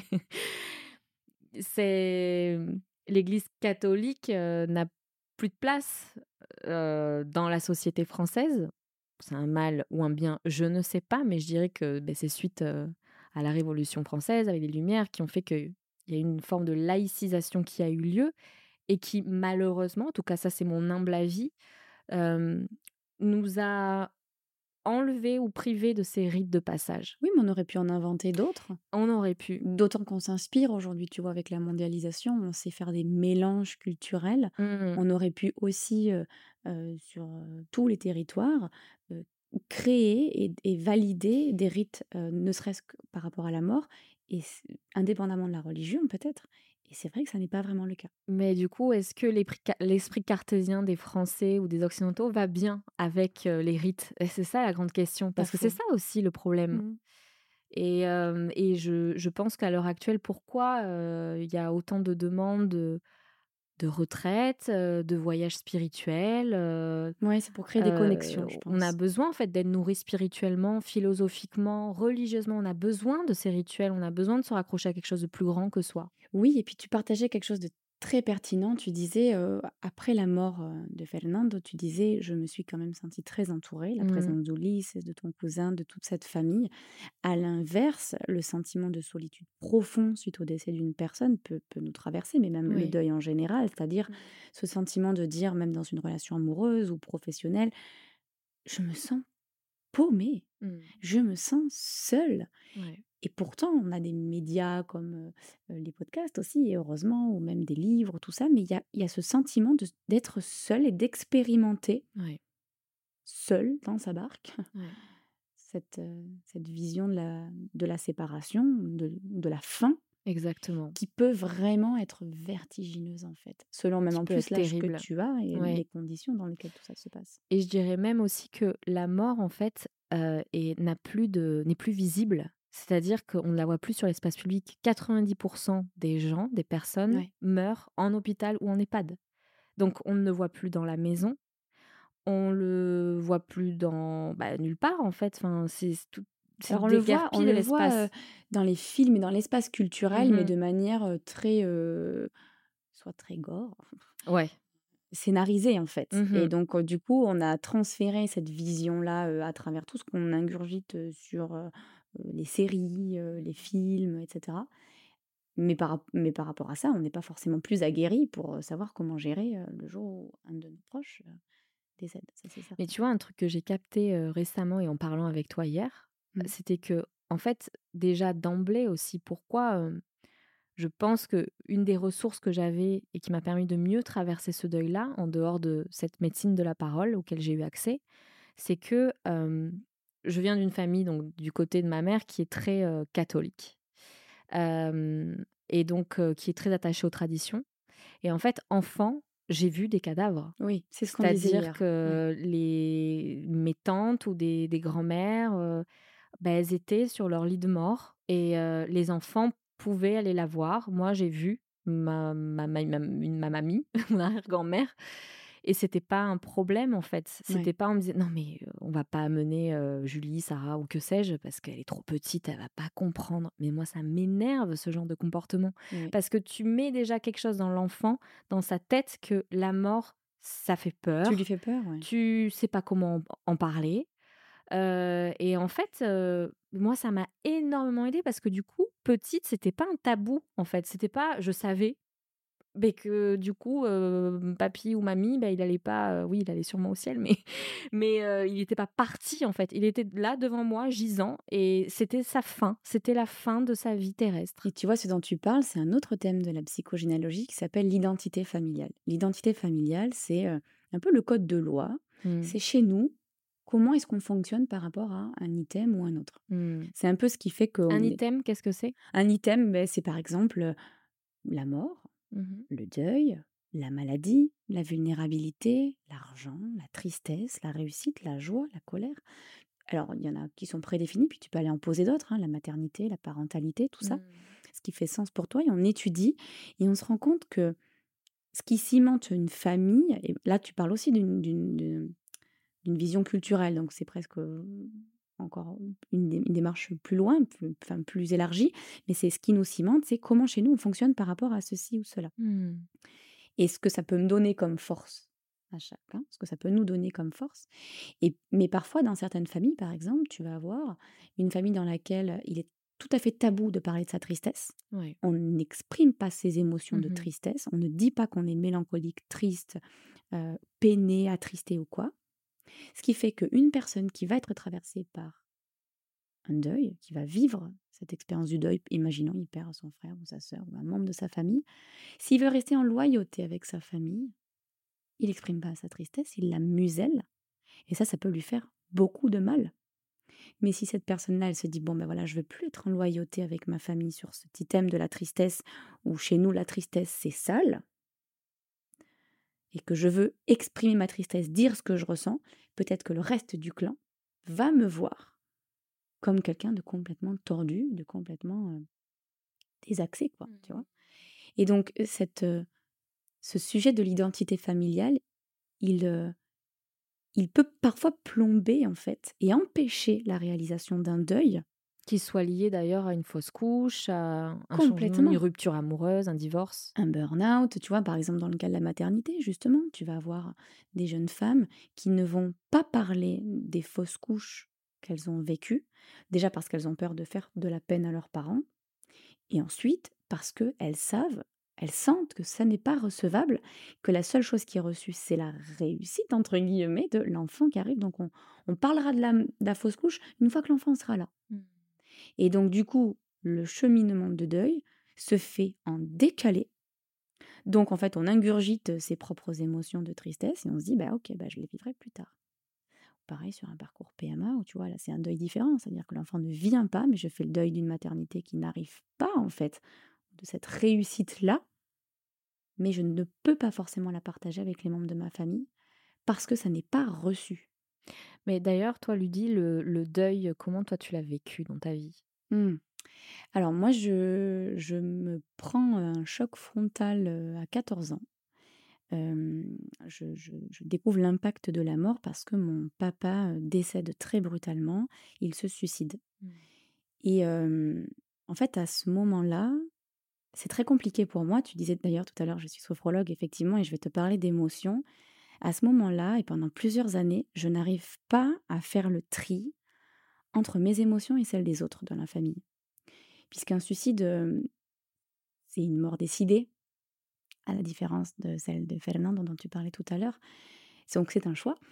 c'est, mmh, l'Église catholique, heu, n'a plus de place, heu, dans la société française. C'est un mal ou un bien, je ne sais pas, mais je dirais que, beh, c'est suite, heu, à la Révolution française avec les Lumières qui ont fait qu'il y a une forme de laïcisation qui a eu lieu et qui malheureusement, en tout cas ça c'est mon humble avis, hem, nous a enlevés ou privés de ces rites de passage. Oui, mais on aurait pu en inventer d'autres. On aurait pu. D'autant qu'on s'inspire aujourd'hui, tu vois, avec la mondialisation, on sait faire des mélanges culturels. Mmh. On aurait pu aussi, heu heu, sur, heu, tous les territoires, heu, créer et et valider des rites, heu, ne serait-ce que par rapport à la mort et c indépendamment de la religion peut-être et c'est vrai que ça n'est pas vraiment le cas. Mais du coup, est-ce que l'éprit ca l'esprit cartésien des Français ou des Occidentaux va bien avec, heu, les rites? Et c'est ça la grande question, Pas parce que c'est faux. ça aussi le problème. Mmh. Et hem et je je pense qu'à l'heure actuelle, pourquoi, heu, il y a autant de demandes, de de retraite, heu, de voyages spirituels, heu Ouais, c'est pour créer des heu, connexions, je on a pense. besoin en fait d'être nourris spirituellement, philosophiquement, religieusement. On a besoin de ces rituels, on a besoin de se raccrocher à quelque chose de plus grand que soi. Oui et puis tu partageais quelque chose de très pertinent. Tu disais, heu, après la mort, heu, de Fernando, tu disais: «Je me suis quand même sentie très entourée, la Mmh. présence d'Ulysse, de ton cousin, de toute cette famille». À l'inverse, le sentiment de solitude profond suite au décès d'une personne peut peut nous traverser, mais même le Oui. deuil en général, c'est-à-dire Mmh. ce sentiment de dire, même dans une relation amoureuse ou professionnelle: «Je me sens paumée, Mmh. je me sens seule». Ouais. Et pourtant, on a des médias comme, heu heu, les podcasts aussi et heureusement ou même des livres, tout ça, mais il y a il y a ce sentiment de d'être seul et d'expérimenter, Ouais. seul dans sa barque, Ouais. cette, heu, cette vision de la de la séparation, de de la fin, Exactement. qui peut vraiment être vertigineuse, en fait, selon même Qui en peut plus être l'âge que terrible. tu as et Ouais. les conditions dans lesquelles tout ça se passe. Et je dirais même aussi que la mort, en fait, heu, est n'a plus de n'est plus visible. C'est-à-dire qu'on ne la voit plus sur l'espace public. quatre-vingt-dix des gens, des personnes Ouais. meurent en hôpital ou en EHPAD. Donc on ne le voit plus dans la maison, on le voit plus dans bah, nulle part en fait. Enfin, c'est c'est tout c'est Alors on le voit on déguerpi de le voit, heu, l'espace. dans les films et dans l'espace culturel, mais Mmh. de manière, heu, très, heu, soit très gore. Ouais. Scénarisé, en fait et Mmh. donc heu, du coup, on a transféré cette vision-là, heu, à travers tout ce qu'on ingurgite, heu, sur, heu heu, les séries, heu, les films et cetera. Mais par rap mais par rapport à ça, on n'est pas forcément plus aguerris pour, heu, savoir comment gérer, heu, le jour où un de nos proches, heu, décède, ça c'est Mais certain. tu vois, un truc que j'ai capté, heu, récemment et en parlant avec toi hier, Mmh. c'était que en fait, déjà d'emblée aussi, pourquoi, hem, je pense que une des ressources que j'avais et qui m'a permis de mieux traverser ce deuil-là, en dehors de cette médecine de la parole auquel j'ai eu accès, c'est que, hem, je viens d'une famille, donc du côté de ma mère, qui est très, heu, catholique. Hem et donc heu, qui est très attachée aux traditions et en fait, enfant, j'ai vu des cadavres. Oui, c'est ce qu'on disait C'est-à-dire hier. Ouais. que les mes tantes ou des des grands-mères, heu, bah, elles étaient sur leur lit de mort et heu, les enfants pouvaient aller la voir. Moi, j'ai vu ma ma ma ma une ma mamie, mon arrière-grand-mère et c'était pas un problème, en fait. Ouais. C'était pas on me disait: «Non mais heu, on va pas amener, heu, Julie, Sarah ou que sais-je parce qu'elle est trop petite, elle va pas comprendre». Mais moi, ça m'énerve ce genre de comportement Oui. parce que tu mets déjà quelque chose dans l'enfant, dans sa tête que la mort, ça fait Tu lui peur. fais peur? Ouais. Tu sais pas comment en en parler, heu et en fait, heu, moi, ça m'a énormément aidée parce que du coup, petite, c'était pas un tabou, en fait. C'était pas je savais, beh, que du coup, heu, papy ou mamie, bah, il allait pas, heu, oui, il allait sûrement au ciel, mais mais heu, il était pas parti, en fait. Il était là devant moi, gisant et c'était sa fin. C'était la fin de sa vie Et terrestre. tu vois, ce dont tu parles, c'est un autre thème de la psychogénéalogie qui s'appelle l'identité familiale. L'identité familiale, c'est, heu, un peu le code de loi. Mmh. C'est chez nous. comment est-ce qu'on fonctionne par rapport à un item ou un autre? Mmh. C'est un peu ce qui fait qu'on Un est item, qu'est-ce que c'est? un item, beh, c'est par exemple, heu, la mort, Mmh. le deuil, la maladie, la vulnérabilité, l'argent, la tristesse, la réussite, la joie, la colère. Alors, il y en a qui sont prédéfinis, puis tu peux aller en poser d'autres, hein, la maternité, la parentalité, tout ça. Mmh. Ce qui fait sens pour toi et on étudie et on se rend compte que ce qui cimente une famille et là, tu parles aussi d'une d'une de d'une vision culturelle, donc c'est presque, heu, encore une dé une démarche plus loin, plus enfin, plus élargie, mais c'est ce qui nous cimente, c'est comment chez nous on fonctionne par rapport à ceci ou cela Mmh. et ce que ça peut me donner comme force à chacun, ce que ça peut nous donner comme force et mais parfois dans certaines familles, par exemple, tu vas avoir une famille dans laquelle il est tout à fait tabou de parler de sa tristesse. Ouais. On n'exprime pas ses émotions de Mmh. tristesse, on ne dit pas qu'on est mélancolique, triste, heu, peiné, attristé ou quoi. Ce qui fait qu'une personne qui va être traversée par un deuil, qui va vivre cette expérience du deuil, imaginons il perd son frère ou sa sœur ou un membre de sa famille, s'il veut rester en loyauté avec sa famille, il exprime pas sa tristesse, il la muselle et ça, ça peut lui faire beaucoup de mal. Mais si cette personne-là, elle se dit: «Bon, ben, voilà, je veux plus être en loyauté avec ma famille sur cet item de la tristesse où chez nous la tristesse c'est sale et que je veux exprimer ma tristesse, dire ce que je ressens», peut-être que le reste du clan va me voir comme quelqu'un de complètement tordu, de complètement, heu, désaxé quoi, tu Mmh. vois? Et donc, heu, cette, heu, ce sujet de l'identité familiale, il, heu, il peut parfois plomber en fait et empêcher la réalisation d'un deuil Qui soit lié d'ailleurs à une fausse couche, à un changement, une complètement. rupture amoureuse, un divorce? Un burn-out, tu vois? Par exemple, dans le cas de la maternité, justement, tu vas avoir des jeunes femmes qui ne vont pas parler des fausses couches qu'elles ont vécues. Déjà parce qu'elles ont peur de faire de la peine à leurs parents et ensuite parce qu'elles savent, elles sentent que ça n'est pas recevable, que la seule chose qui est reçue, c'est la «réussite» entre guillemets de l'enfant qui arrive. Donc on on parlera de la de la fausse couche une fois que l'enfant sera là. Mmh. Et donc du coup, le cheminement de deuil se fait en décalé donc en fait, on ingurgite, ses propres émotions de tristesse et on se dit: «Bah, OK, bah, je les vivrai plus tard». Pareil sur un parcours P M A où tu vois, là, c'est un deuil différent, c'est-à-dire que l'enfant ne vient pas, mais je fais le deuil d'une maternité qui n'arrive pas, en fait, de cette réussite-là, mais je ne peux pas forcément la partager avec les membres de ma famille parce que ça n'est pas reçu. Mais d'ailleurs, toi, Ludie, le le deuil, comment toi tu l'as vécu dans ta vie? Mmh. Alors moi, je je me prends un choc frontal, heu, à quatorze ans. Hem, je je je découvre l'impact de la mort parce que mon papa, heu, décède très brutalement. Il se suicide Mmh. et hem, en fait, à ce moment-là, c'est très compliqué pour moi. Tu disais d'ailleurs tout à l'heure, je suis sophrologue effectivement et je vais te parler d'émotions. À ce moment-là et pendant plusieurs années, je n'arrive pas à faire le tri entre mes émotions et celles des autres dans la famille. Puisqu'un suicide, hem, c'est une mort décidée, à la différence de celle de Fernando dont tu parlais tout à l'heure. Donc c'est un choix.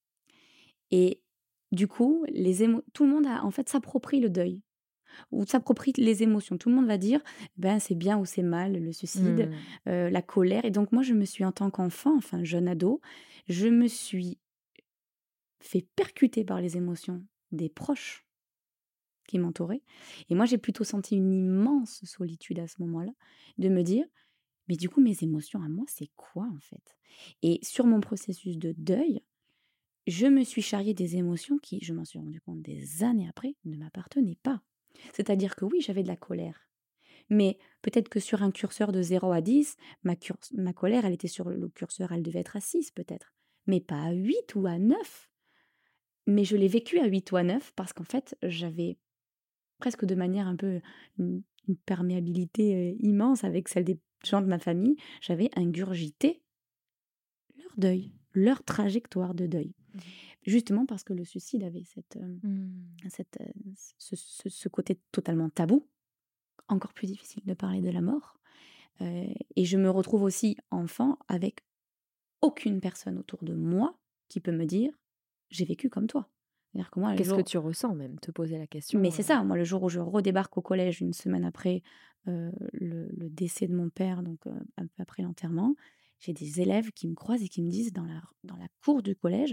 Et du coup, les émo tout le monde a en fait s'approprie le deuil ou s'approprie les émotions. Tout le monde va dire: «Ben, c'est bien ou c'est mal le suicide, Mmh. heu, la colère» et donc moi je me suis en tant qu'enfant, enfin jeune ado, je me suis fait percuter par les émotions des proches qui m'entouraient et moi j'ai plutôt senti une immense solitude à ce moment-là, de me dire: «Mais du coup mes émotions à moi c'est quoi en fait?» Et sur mon processus de deuil, je me suis charriée des émotions qui, je m'en suis rendu compte des années après, ne m'appartenaient pas. C'est-à-dire que oui, j'avais de la colère, mais peut-être que sur un curseur de zéro à dix, ma, curs- ma colère, elle était sur le curseur, elle devait être à six peut-être, mais pas à huit ou à neuf. Mais je l'ai vécu à huit ou à neuf parce qu'en fait, j'avais presque de manière un peu une, une perméabilité euh, immense avec celle des gens de ma famille, j'avais ingurgité leur deuil, leur trajectoire de deuil. Mmh. Justement parce que le suicide avait cette, hem, Mmh. cette, heu, ce ce ce côté totalement tabou, encore plus difficile de parler de la mort, heu et je me retrouve aussi enfant avec aucune personne autour de moi qui peut me dire: «J'ai vécu comme toi». C'est-à-dire que moi, le Qu'est-ce que jour tu ressens même? Te poser la mais question, c'est heu ça, moi, le jour où je redébarque au collège une semaine après, heu, le le décès de mon père, donc heu, un peu après l'enterrement, j'ai des élèves qui me croisent et qui me disent dans la dans la cour du collège: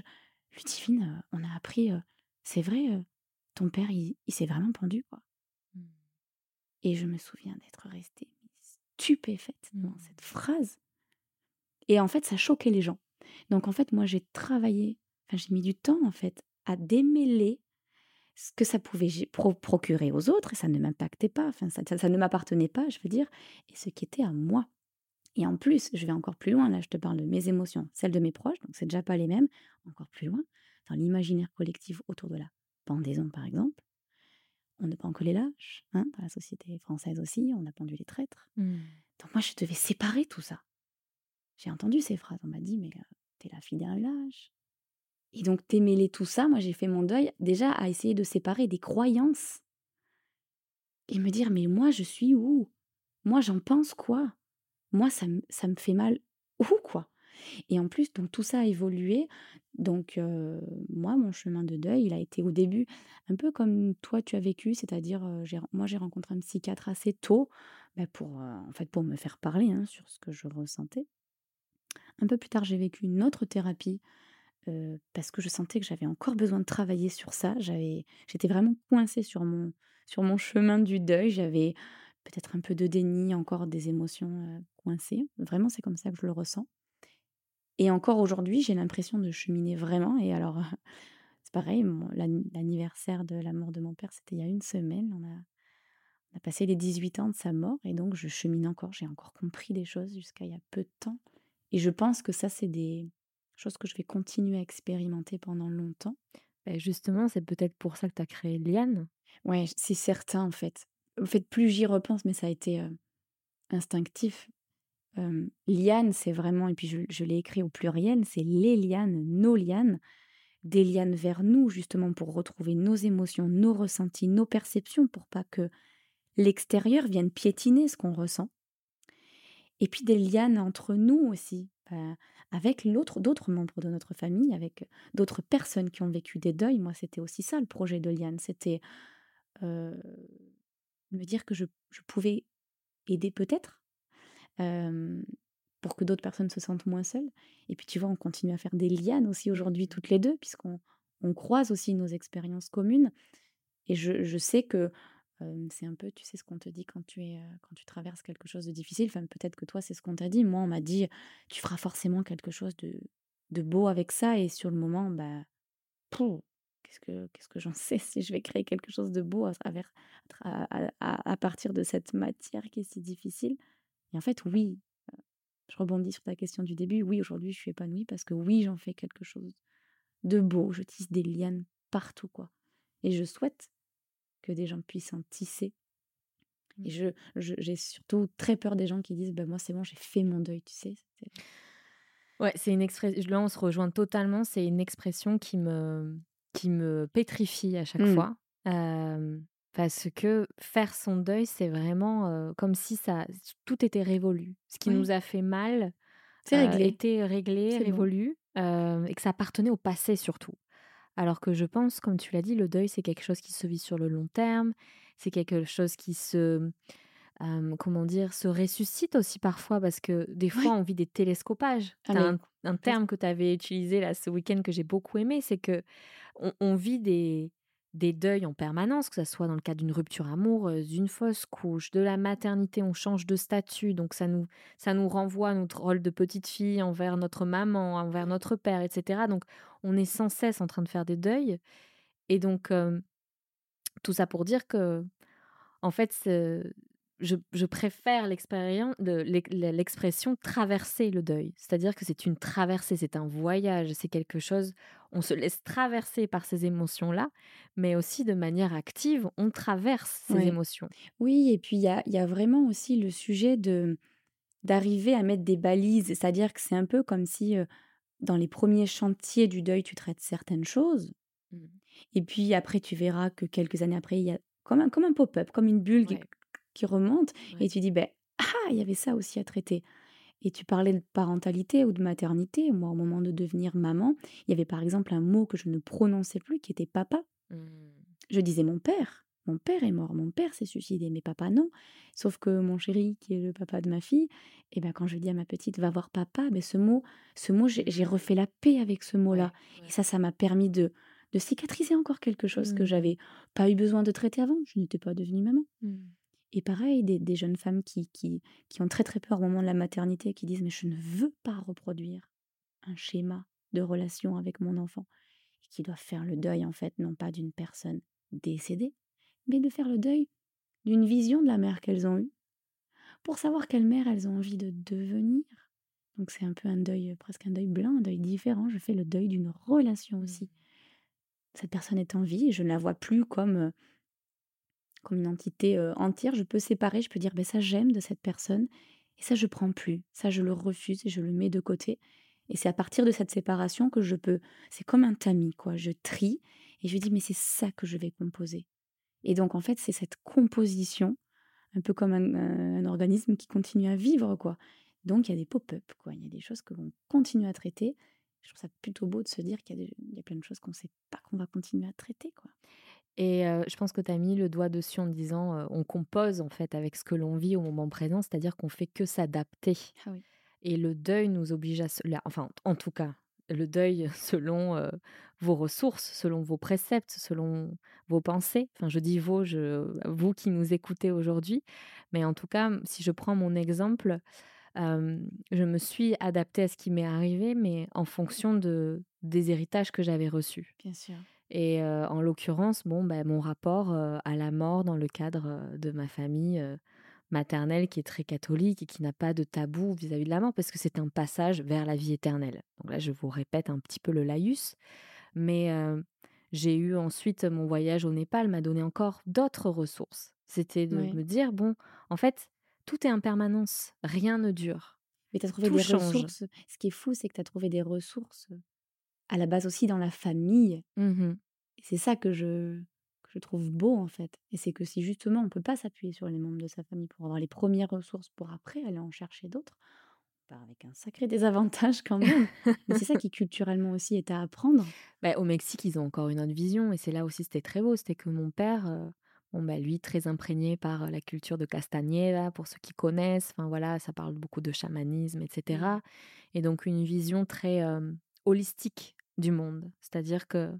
«Ludivine, heu, on a appris, heu, c'est vrai, heu, ton père il il s'est vraiment pendu, quoi». Mmh. Et je me souviens d'être restée stupéfaite devant Mmh. cette phrase et en fait, ça choquait les gens. Donc en fait, moi, j'ai travaillé, enfin, j'ai mis du temps, en fait, à démêler ce que ça pouvait gé pro procurer aux autres et ça ne m'impactait pas, enfin, ça ça ça ne m'appartenait pas, je veux dire et ce qui était à moi et en plus, je vais encore plus loin, là, je te parle de mes émotions, celles de mes proches, donc c'est déjà pas les mêmes. Encore plus loin, dans l'imaginaire collectif autour de la pendaison, par exemple, on ne pend que les lâches, hein, dans la société française aussi, on a pendu les traîtres. Mmh. Donc moi, je devais séparer tout ça. J'ai entendu ces phrases, on m'a dit: «Mais, heu, tu la fille d'un lâche» et donc démêler tout ça, moi, j'ai fait mon deuil déjà à essayer de séparer des croyances et me dire: «Mais moi, je suis où? Moi, j'en pense quoi? Moi, ça me ça me fait mal où, quoi?» Et en plus, donc tout ça a évolué. Donc, heu, moi, mon chemin de deuil, il a été au début un peu comme toi tu as vécu, c'est-à-dire, heu, j'ai ren moi, j'ai rencontré un psychiatre assez tôt, bah, pour, heu, en fait, pour me faire parler, hein, sur ce que je ressentais. Un peu plus tard, j'ai vécu une autre thérapie, heu, parce que je sentais que j'avais encore besoin de travailler sur ça. J'avais j'étais vraiment coincée sur mon sur mon chemin du deuil. J'avais peut-être un peu de déni, encore des émotions, heu, coincées. Vraiment, c'est comme ça que je le ressens. Et encore aujourd'hui, j'ai l'impression de cheminer vraiment et alors, c'est pareil, mon l'anni l'anniversaire de la mort de mon père, c'était il y a une semaine. On a on a passé les dix-huit ans de sa mort et donc je chemine encore. J'ai encore compris des choses jusqu'à il y a peu de temps et je pense que ça, c'est des choses que je vais continuer à expérimenter pendant longtemps. Beh, justement, c'est peut-être pour ça que tu as créé Liane? Ouais, c'est certain, en fait. En fait, plus j'y repense, mais ça a été, heu, instinctif. Hem, liane, c'est vraiment et puis je je l'ai écrit au pluriel, c'est les lianes, nos lianes. Des lianes vers nous, justement, pour retrouver nos émotions, nos ressentis, nos perceptions, pour pas que l'extérieur vienne piétiner ce qu'on ressent. Et puis des lianes entre nous aussi, bah, avec l'autre d'autres membres de notre famille, avec d'autres personnes qui ont vécu des deuils. Moi, c'était aussi ça le projet de liane, c'était, heu, me dire que je je pouvais aider peut-être, hem, pour que d'autres personnes se sentent moins seules. Et puis tu vois, on continue à faire des lianes aussi aujourd'hui Mmh. toutes les deux puisqu'on on croise aussi nos expériences communes. Et je je sais que, hem, c'est un peu, tu sais, ce qu'on te dit quand tu es, heu, quand tu traverses quelque chose de difficile. Enfin, peut-être que toi, c'est ce qu'on t'a dit. Moi, on m'a dit: «Tu feras forcément quelque chose de de beau avec ça» et sur le moment, bah, pouh, qu'est-ce que qu'est-ce que j'en sais si je vais créer quelque chose de beau à travers à tra à à à partir de cette matière qui est si difficile. Et en fait, oui, je rebondis sur ta question du début. Oui, aujourd'hui, je suis épanouie parce que oui, j'en fais quelque chose de beau. Je tisse des lianes partout, quoi et je souhaite que des gens puissent en tisser. Et Mmh. je je j'ai surtout très peur des gens qui disent: «Bah, moi, c'est bon, j'ai fait mon deuil», tu sais? C'est Ouais, c'est une express là, on se rejoint totalement. C'est une expression qui me qui me pétrifie à chaque mmh, fois, hem, parce que faire son deuil, c'est vraiment, heu, comme si ça tout était révolu. Ce qui nous ouais, a fait mal, c'est heu, réglé, était réglé, c'est bon. révolu, heu et que ça appartenait au passé surtout. Alors que je pense, comme tu l'as dit, le deuil, c'est quelque chose qui se vit sur le long terme, c'est quelque chose qui se Hem, comment dire? Se ressuscite aussi parfois parce que des fois Ouais, on vit des télescopages. ah Tu as mais un un terme complètement. que tu avais utilisé là ce week-end que j'ai beaucoup aimé, c'est qu'on on vit des des deuils en permanence, que ça soit dans le cadre d'une rupture amoureuse, d'une fausse couche, de la maternité, on change de statut, donc ça nous ça nous renvoie à notre rôle de petite fille envers notre maman, envers notre père et cetera, donc on est sans cesse en train de faire des deuils et donc hem, tout ça pour dire que en fait, ce je je préfère l'expérien de l'ex l'expression «traverser le deuil». C'est-à-dire que c'est une traversée, c'est un voyage, c'est quelque chose on se laisse traverser par ces émotions-là, mais aussi de manière active, on traverse ces Ouais. émotions. Oui et puis il y a il y a vraiment aussi le sujet de d'arriver à mettre des balises. C'est-à-dire que c'est un peu comme si, heu, dans les premiers chantiers du deuil, tu traites certaines choses Mmh. et puis après tu verras que quelques années après, il y a comme un comme un pop-up, comme une bulle qui Ouais, qui remonte et ouais. tu dis: ben ah! Il y avait ça aussi à traiter». Et tu parlais de parentalité ou de maternité. Moi, au moment de devenir maman, il y avait par exemple un mot que je ne prononçais plus qui était papa. Mmh. Je disais mon père. mon père est mort, mon père s'est suicidé, mais papa non. Sauf que mon chéri, qui est le papa de ma fille, et ben, quand je dis à ma petite: «Va voir papa», beh, ce mot ce mot, j'ai j'ai Mmh. refait la paix avec ce mot-là Ouais, et ouais. ça, ça m'a permis de de cicatriser encore quelque chose que Mmh. j'avais pas eu besoin de traiter avant. Je n'étais pas devenue maman Mmh. et pareil, des des jeunes femmes qui qui qui ont très, très peur au moment de la maternité, qui disent: «Mais je ne veux pas reproduire un schéma de relation avec mon enfant», et qui doivent faire le deuil, en fait, non pas d'une personne décédée, mais de faire le deuil d'une vision de la mère qu'elles ont eue, pour savoir quelle mère elles ont envie de devenir. Donc c'est un peu un deuil, heu, presque un deuil blanc, un deuil différent. Je fais le deuil d'une relation Mmh. aussi. Cette personne est en vie et je ne la vois plus comme, heu, comme une entité, heu, entière. Je peux séparer, je peux dire: ben ça j'aime de cette personne et ça je prends plus. Ça je le refuse et je le mets de côté» et c'est à partir de cette séparation que je peux c'est comme un tamis quoi, je trie et je dis: «Mais c'est ça que je vais composer» et donc en fait, c'est cette composition, un peu comme un, heu, un organisme qui continue à vivre quoi. Donc il y a des pop-up quoi, il y a des choses que l'on continue à traiter. Je trouve ça plutôt beau de se dire qu'il y a des il y a plein de choses qu'on ne sait pas qu'on va continuer à traiter quoi. Et heu, je pense que tu as mis le doigt dessus en disant, heu, on compose en fait avec ce que l'on vit au moment présent, c'est-à-dire qu'on fait que s'adapter Ah oui. et le deuil nous oblige à cela. Enfin, en tout cas, le deuil selon, heu, vos ressources, selon vos préceptes, selon vos pensées. Enfin, je dis «vos», je vous qui nous écoutez aujourd'hui, mais en tout cas, si je prends mon exemple, hem, je me suis adaptée à ce qui m'est arrivé, mais en fonction de des héritages que j'avais reçus. Bien sûr. Et heu, en l'occurrence, bon, bah, mon rapport, heu, à la mort dans le cadre, heu, de ma famille, heu, maternelle qui est très catholique et qui n'a pas de tabou vis-à-vis de la mort parce que c'est un passage vers la vie éternelle. Donc là, je vous répète un petit peu le laïus, mais heu, j'ai eu ensuite mon voyage au Népal m'a donné encore d'autres ressources. C'était de Ouais. me dire: «Bon, en fait, tout est impermanence, rien ne dure, Mais tu as trouvé tout des change». ressources. Ce qui est fou, c'est que tu as trouvé des ressources, heu, à la base aussi dans la famille Mmh. et c'est ça que je que je trouve beau, en fait et c'est que si justement on peut pas s'appuyer sur les membres de sa famille pour avoir les premières ressources pour après aller en chercher d'autres, on part avec un sacré désavantage quand même. Mais c'est ça qui culturellement aussi est à apprendre. Bah, au Mexique, ils ont encore une autre vision et c'est là aussi c'était très beau. C'était que mon père, heu, bon, bah, lui très imprégné par, heu, la culture de Castañeda, pour ceux qui connaissent, enfin voilà, ça parle beaucoup de chamanisme et Mmh. cetera et donc une vision très, hem, holistique du monde. C'est-à-dire que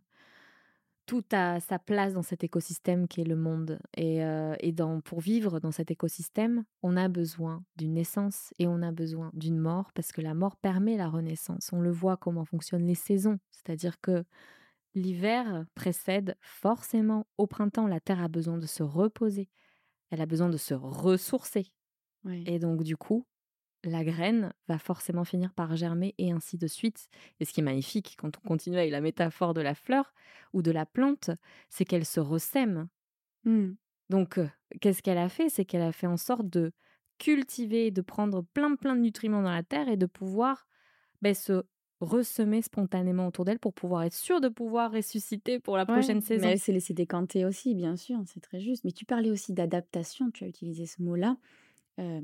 tout a sa place dans cet écosystème qui est le monde et heu et dans pour vivre dans cet écosystème, on a besoin d'une naissance et on a besoin d'une mort parce que la mort permet la renaissance. On le voit comment fonctionnent les saisons, c'est-à-dire que l'hiver précède forcément au printemps. La terre a besoin de se reposer, elle a besoin de se ressourcer Ouais. et donc du coup, la graine va forcément finir par germer et ainsi de suite et ce qui est magnifique quand on continue avec la métaphore de la fleur ou de la plante, c'est qu'elle se ressème. Mmh. Donc heu, qu'est-ce qu'elle a fait? C'est qu'elle a fait en sorte de cultiver, de prendre plein, plein de nutriments dans la terre et de pouvoir, beh, se ressemer spontanément autour d'elle pour pouvoir être sûre de pouvoir ressusciter pour la Ouais, prochaine mais saison. elle s'est laissée décanter aussi, bien sûr, c'est très juste. Mais tu parlais aussi d'adaptation, tu as utilisé ce mot-là. Heu,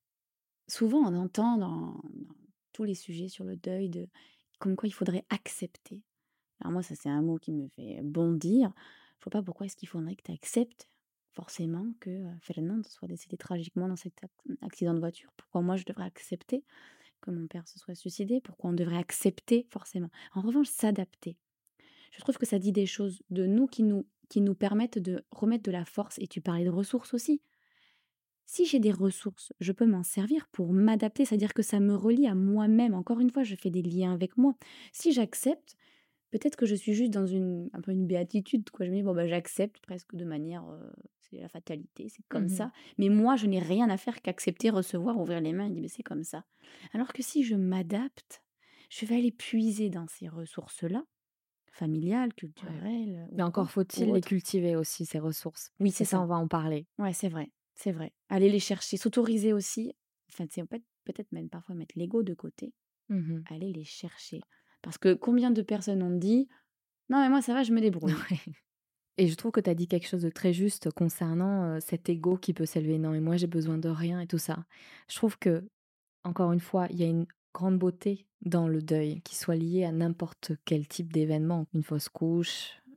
Souvent on entend dans dans tous les sujets sur le deuil de comme quoi il faudrait accepter. Alors moi, ça, c'est un mot qui me fait bondir. Je vois pas pourquoi est-ce qu'il faudrait que tu acceptes forcément que, heu, Fernand soit décédé tragiquement dans cet ac accident de voiture. Pourquoi moi je devrais accepter que mon père se soit suicidé? Pourquoi on devrait accepter forcément? En revanche, s'adapter. Je trouve que ça dit des choses de nous qui nous qui nous permettent de remettre de la force et tu parlais de ressources aussi. Si j'ai des ressources, je peux m'en servir pour m'adapter, c'est-à-dire que ça me relie à moi-même. Encore une fois, je fais des liens avec moi. Si j'accepte, peut-être que je suis juste dans une un peu une béatitude, quoi. Je me dis: «Bon, bah, j'accepte presque de manière, heu, c'est la fatalité, c'est comme Mmh. ça». Mais moi, je n'ai rien à faire qu'accepter, recevoir, ouvrir les mains et dire: «Beh, c'est comme ça». Alors que si je m'adapte, je vais aller puiser dans ces ressources-là, familiales, Ouais. culturelles, ou Mais quoi, encore ou faut-il les autres. cultiver aussi ces ressources Oui, et c'est ça, ça. on va en parler. Ouais, c'est vrai, c'est vrai. Aller les chercher, s'autoriser aussi, enfin, c'est peut-être peut-être même parfois mettre l'ego de côté, Mmh. aller les chercher. Parce que combien de personnes ont dit: «Non mais moi ça va, je me débrouille». Ouais et je trouve que tu as dit quelque chose de très juste concernant, heu, cet ego qui peut s'élever: «Non mais moi j'ai besoin de rien» et tout ça. Je trouve que encore une fois, il y a une grande beauté dans le deuil, qui soit lié à n'importe quel type d'événement, une fausse couche,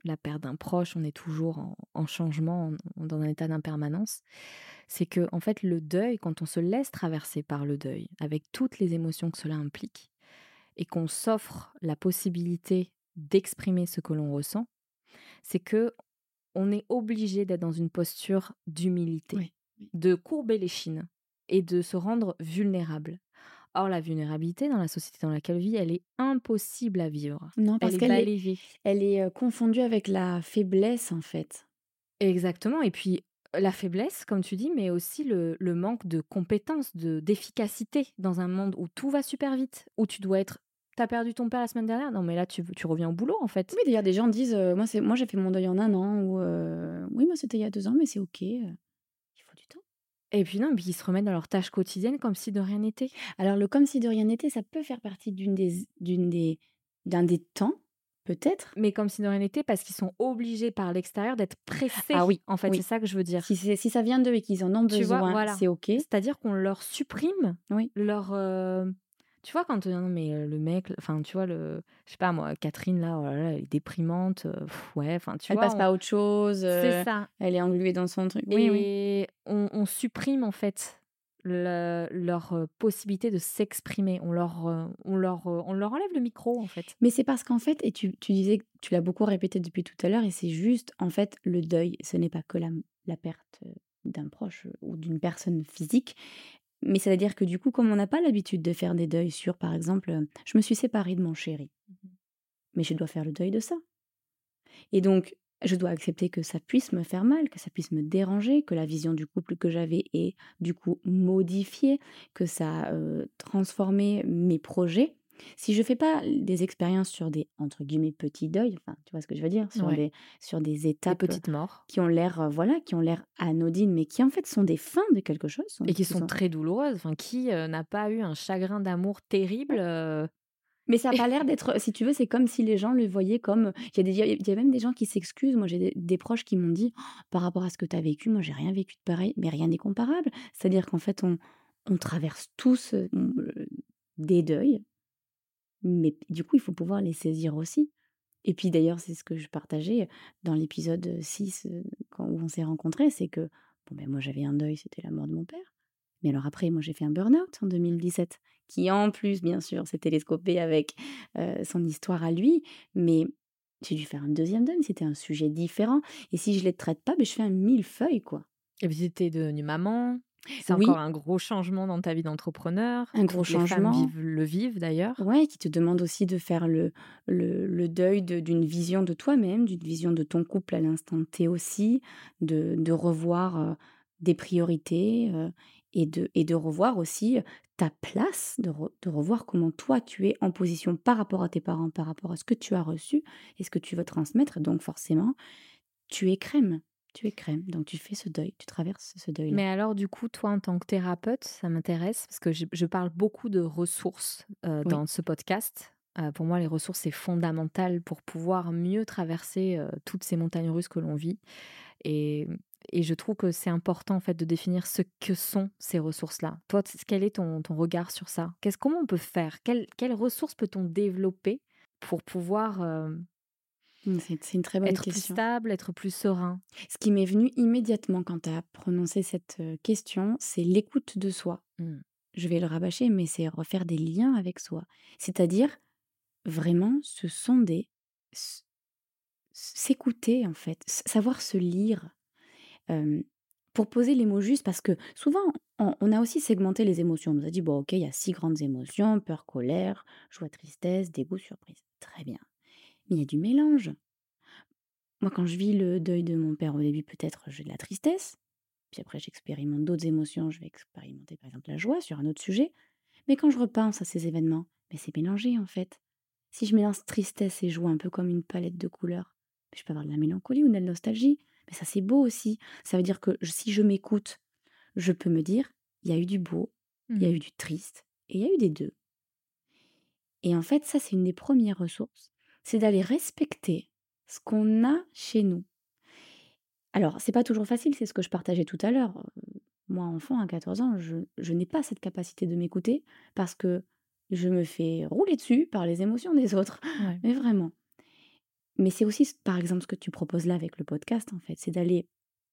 la perte d'un proche, on est toujours en en changement, en dans un état d'impermanence. C'est que en fait, le deuil, quand on se laisse traverser par le deuil, avec toutes les émotions que cela implique et qu'on s'offre la possibilité d'exprimer ce que l'on ressent, c'est que on est obligé d'être dans une posture d'humilité, Oui, oui. de courber les chines et de se rendre vulnérable. Or, la vulnérabilité dans la société dans laquelle on vit, elle est impossible à vivre. Non, Elle parce est qu'elle est balayée. elle est, heu, confondue avec la faiblesse, en fait. Exactement, et puis la faiblesse, comme tu dis, mais aussi le le manque de compétences, de d'efficacité dans un monde où tout va super vite, où tu dois être: «Tu as perdu ton père la semaine dernière? Non mais là tu tu reviens au boulot, en fait». Oui, d'ailleurs, des gens disent, heu: «Moi, c'est moi, j'ai fait mon deuil en un an» ou heu: «Oui, moi, c'était il y a deux ans, mais c'est OK, heu». Il faut du temps. Et puis non, puis ils se remettent dans leurs tâches quotidiennes comme si de rien n'était. Alors le comme si de rien n'était, ça peut faire partie d'une des d'une des d'un des temps, peut-être? Mais comme si de rien n'était parce qu'ils sont obligés par l'extérieur d'être pressés, Ah oui, en fait, c'est oui. ça que je veux Si dire. c'est si ça vient d'eux et qu'ils en ont Tu vois? besoin, Voilà. c'est OK. C'est-à-dire qu'on leur supprime Oui. leur, heu, tu vois quand, heu, non mais, heu, le mec, enfin tu vois le je sais pas moi, Catherine là, oh là là, elle est déprimante, heu, ouais, enfin tu Elle vois? passe On pas à autre chose, c'est heu, ça, elle est engluée dans son truc. Oui, oui. et on on supprime en fait le leur, heu, possibilité de s'exprimer. On leur, heu, on leur, heu, on leur enlève le micro en fait. Mais c'est parce qu'en fait et tu tu disais que tu l'as beaucoup répété depuis tout à l'heure et c'est juste, en fait, le deuil, ce n'est pas que la la perte, heu, d'un proche, heu, ou d'une personne physique. Mais c'est-à-dire que du coup, comme on n'a pas l'habitude de faire des deuils sur, par exemple, heu, je me suis séparée de mon chéri, Mmh. mais je dois faire le deuil de ça. Et donc, je dois accepter que ça puisse me faire mal, que ça puisse me déranger, que la vision du couple que j'avais est du coup modifiée, que ça a, heu, transformé mes projets. Si je fais pas des expériences sur des, entre guillemets, «petits deuils», enfin, tu vois ce que je veux dire? Sur Ouais, des sur des des étapes, petites morts qui ont l'air, heu, voilà, qui ont l'air anodines, mais qui en fait sont des fins de quelque chose, sont et qui qui sont sont très douloureuses. Enfin qui, heu, n'a pas eu un chagrin d'amour terrible, ouais. heu? Mais ça a pas l'air d'être si tu veux, c'est comme si les gens le voyaient comme, il y a des il y a même des gens qui s'excusent. Moi, j'ai des des proches qui m'ont dit: «Oh, «Par rapport à ce que tu as vécu, moi, j'ai rien vécu de pareil». Mais rien n'est comparable. C'est-à-dire qu'en fait, on on traverse tous, heu, mmh, des deuils, mais du coup, il faut pouvoir les saisir aussi. Et puis d'ailleurs, c'est ce que je partageais dans l'épisode six, heu, quand où on s'est rencontrés, c'est que, bon, ben, moi, j'avais un deuil, c'était la mort de mon père. Mais alors après, moi, j'ai fait un burn-out en deux mille dix-sept, qui en plus, bien sûr, s'est télescopé avec, heu, son histoire à lui. Mais j'ai dû faire un deuxième deuil, c'était un sujet différent et si je les traite pas, beh, je fais un millefeuille, quoi. Et puis tu es devenue maman, c'est encore Oui, un gros changement dans ta vie d'entrepreneur. un gros Toutes les femmes changement. vivent le vivent d'ailleurs. Ouais, qui te demande aussi de faire le le le deuil de d'une vision de toi-même, d'une vision de ton couple à l'instant T aussi, de de revoir, heu, des priorités, heu et de et de revoir aussi, heu, ta place, de re de revoir comment toi tu es en position par rapport à tes parents, par rapport à ce que tu as reçu et ce que tu veux transmettre. Donc forcément, tu es crème, tu es crème. Donc tu fais ce deuil, tu traverses ce deuil-là. Mais alors du coup, toi en tant que thérapeute, ça m'intéresse parce que je je parle beaucoup de ressources, heu, Oui. dans ce podcast. Heu, pour moi, les ressources, c'est fondamental pour pouvoir mieux traverser, heu, toutes ces montagnes russes que l'on vit, et et je trouve que c'est important, en fait, de définir ce que sont ces ressources-là. Toi, t quel est ton ton regard sur ça? Qu'est-ce comment on peut faire? Quelles quelles ressources peut-on développer pour pouvoir, hem, Mmh, c'est c'est une très bonne être plus question. stable, être plus serein? Ce qui m'est venu immédiatement quand tu as prononcé cette, heu, question, c'est l'écoute de soi. Mmh. Je vais le rabâcher, mais c'est refaire des liens avec soi. C'est-à-dire, vraiment se sonder, s s'écouter en fait, s savoir se lire, hem, pour poser les mots justes parce que souvent on on a aussi segmenté les émotions. On nous a dit: «Bon OK, il y a six grandes émotions, peur, colère, joie, tristesse, dégoût, surprise». Très bien, mais il y a du mélange. Moi, quand je vis le deuil de mon père, au début, peut-être j'ai de la tristesse. Puis après, j'expérimente d'autres émotions. Je vais expérimenter, par exemple, la joie sur un autre sujet. Mais quand je repense à ces événements, mais c'est mélangé en fait. Si je mélange tristesse et joie, un peu comme une palette de couleurs, je peux avoir de la mélancolie ou de la nostalgie. Mais ça, c'est beau aussi. Ça veut dire que je- si je m'écoute, je peux me dire, il y a eu du beau, il y a Mmh. eu du triste et il y a eu des deux. Et en fait, ça, c'est une des premières ressources. C'est d'aller respecter ce qu'on a chez nous. Alors, c'est pas toujours facile, c'est ce que je partageais tout à l'heure. Heu, moi, enfant, à quatorze ans, je je n'ai pas cette capacité de m'écouter parce que je me fais rouler dessus par les émotions des autres, Ouais. mais vraiment. Mais c'est aussi, par exemple, ce que tu proposes là avec le podcast, en fait, c'est d'aller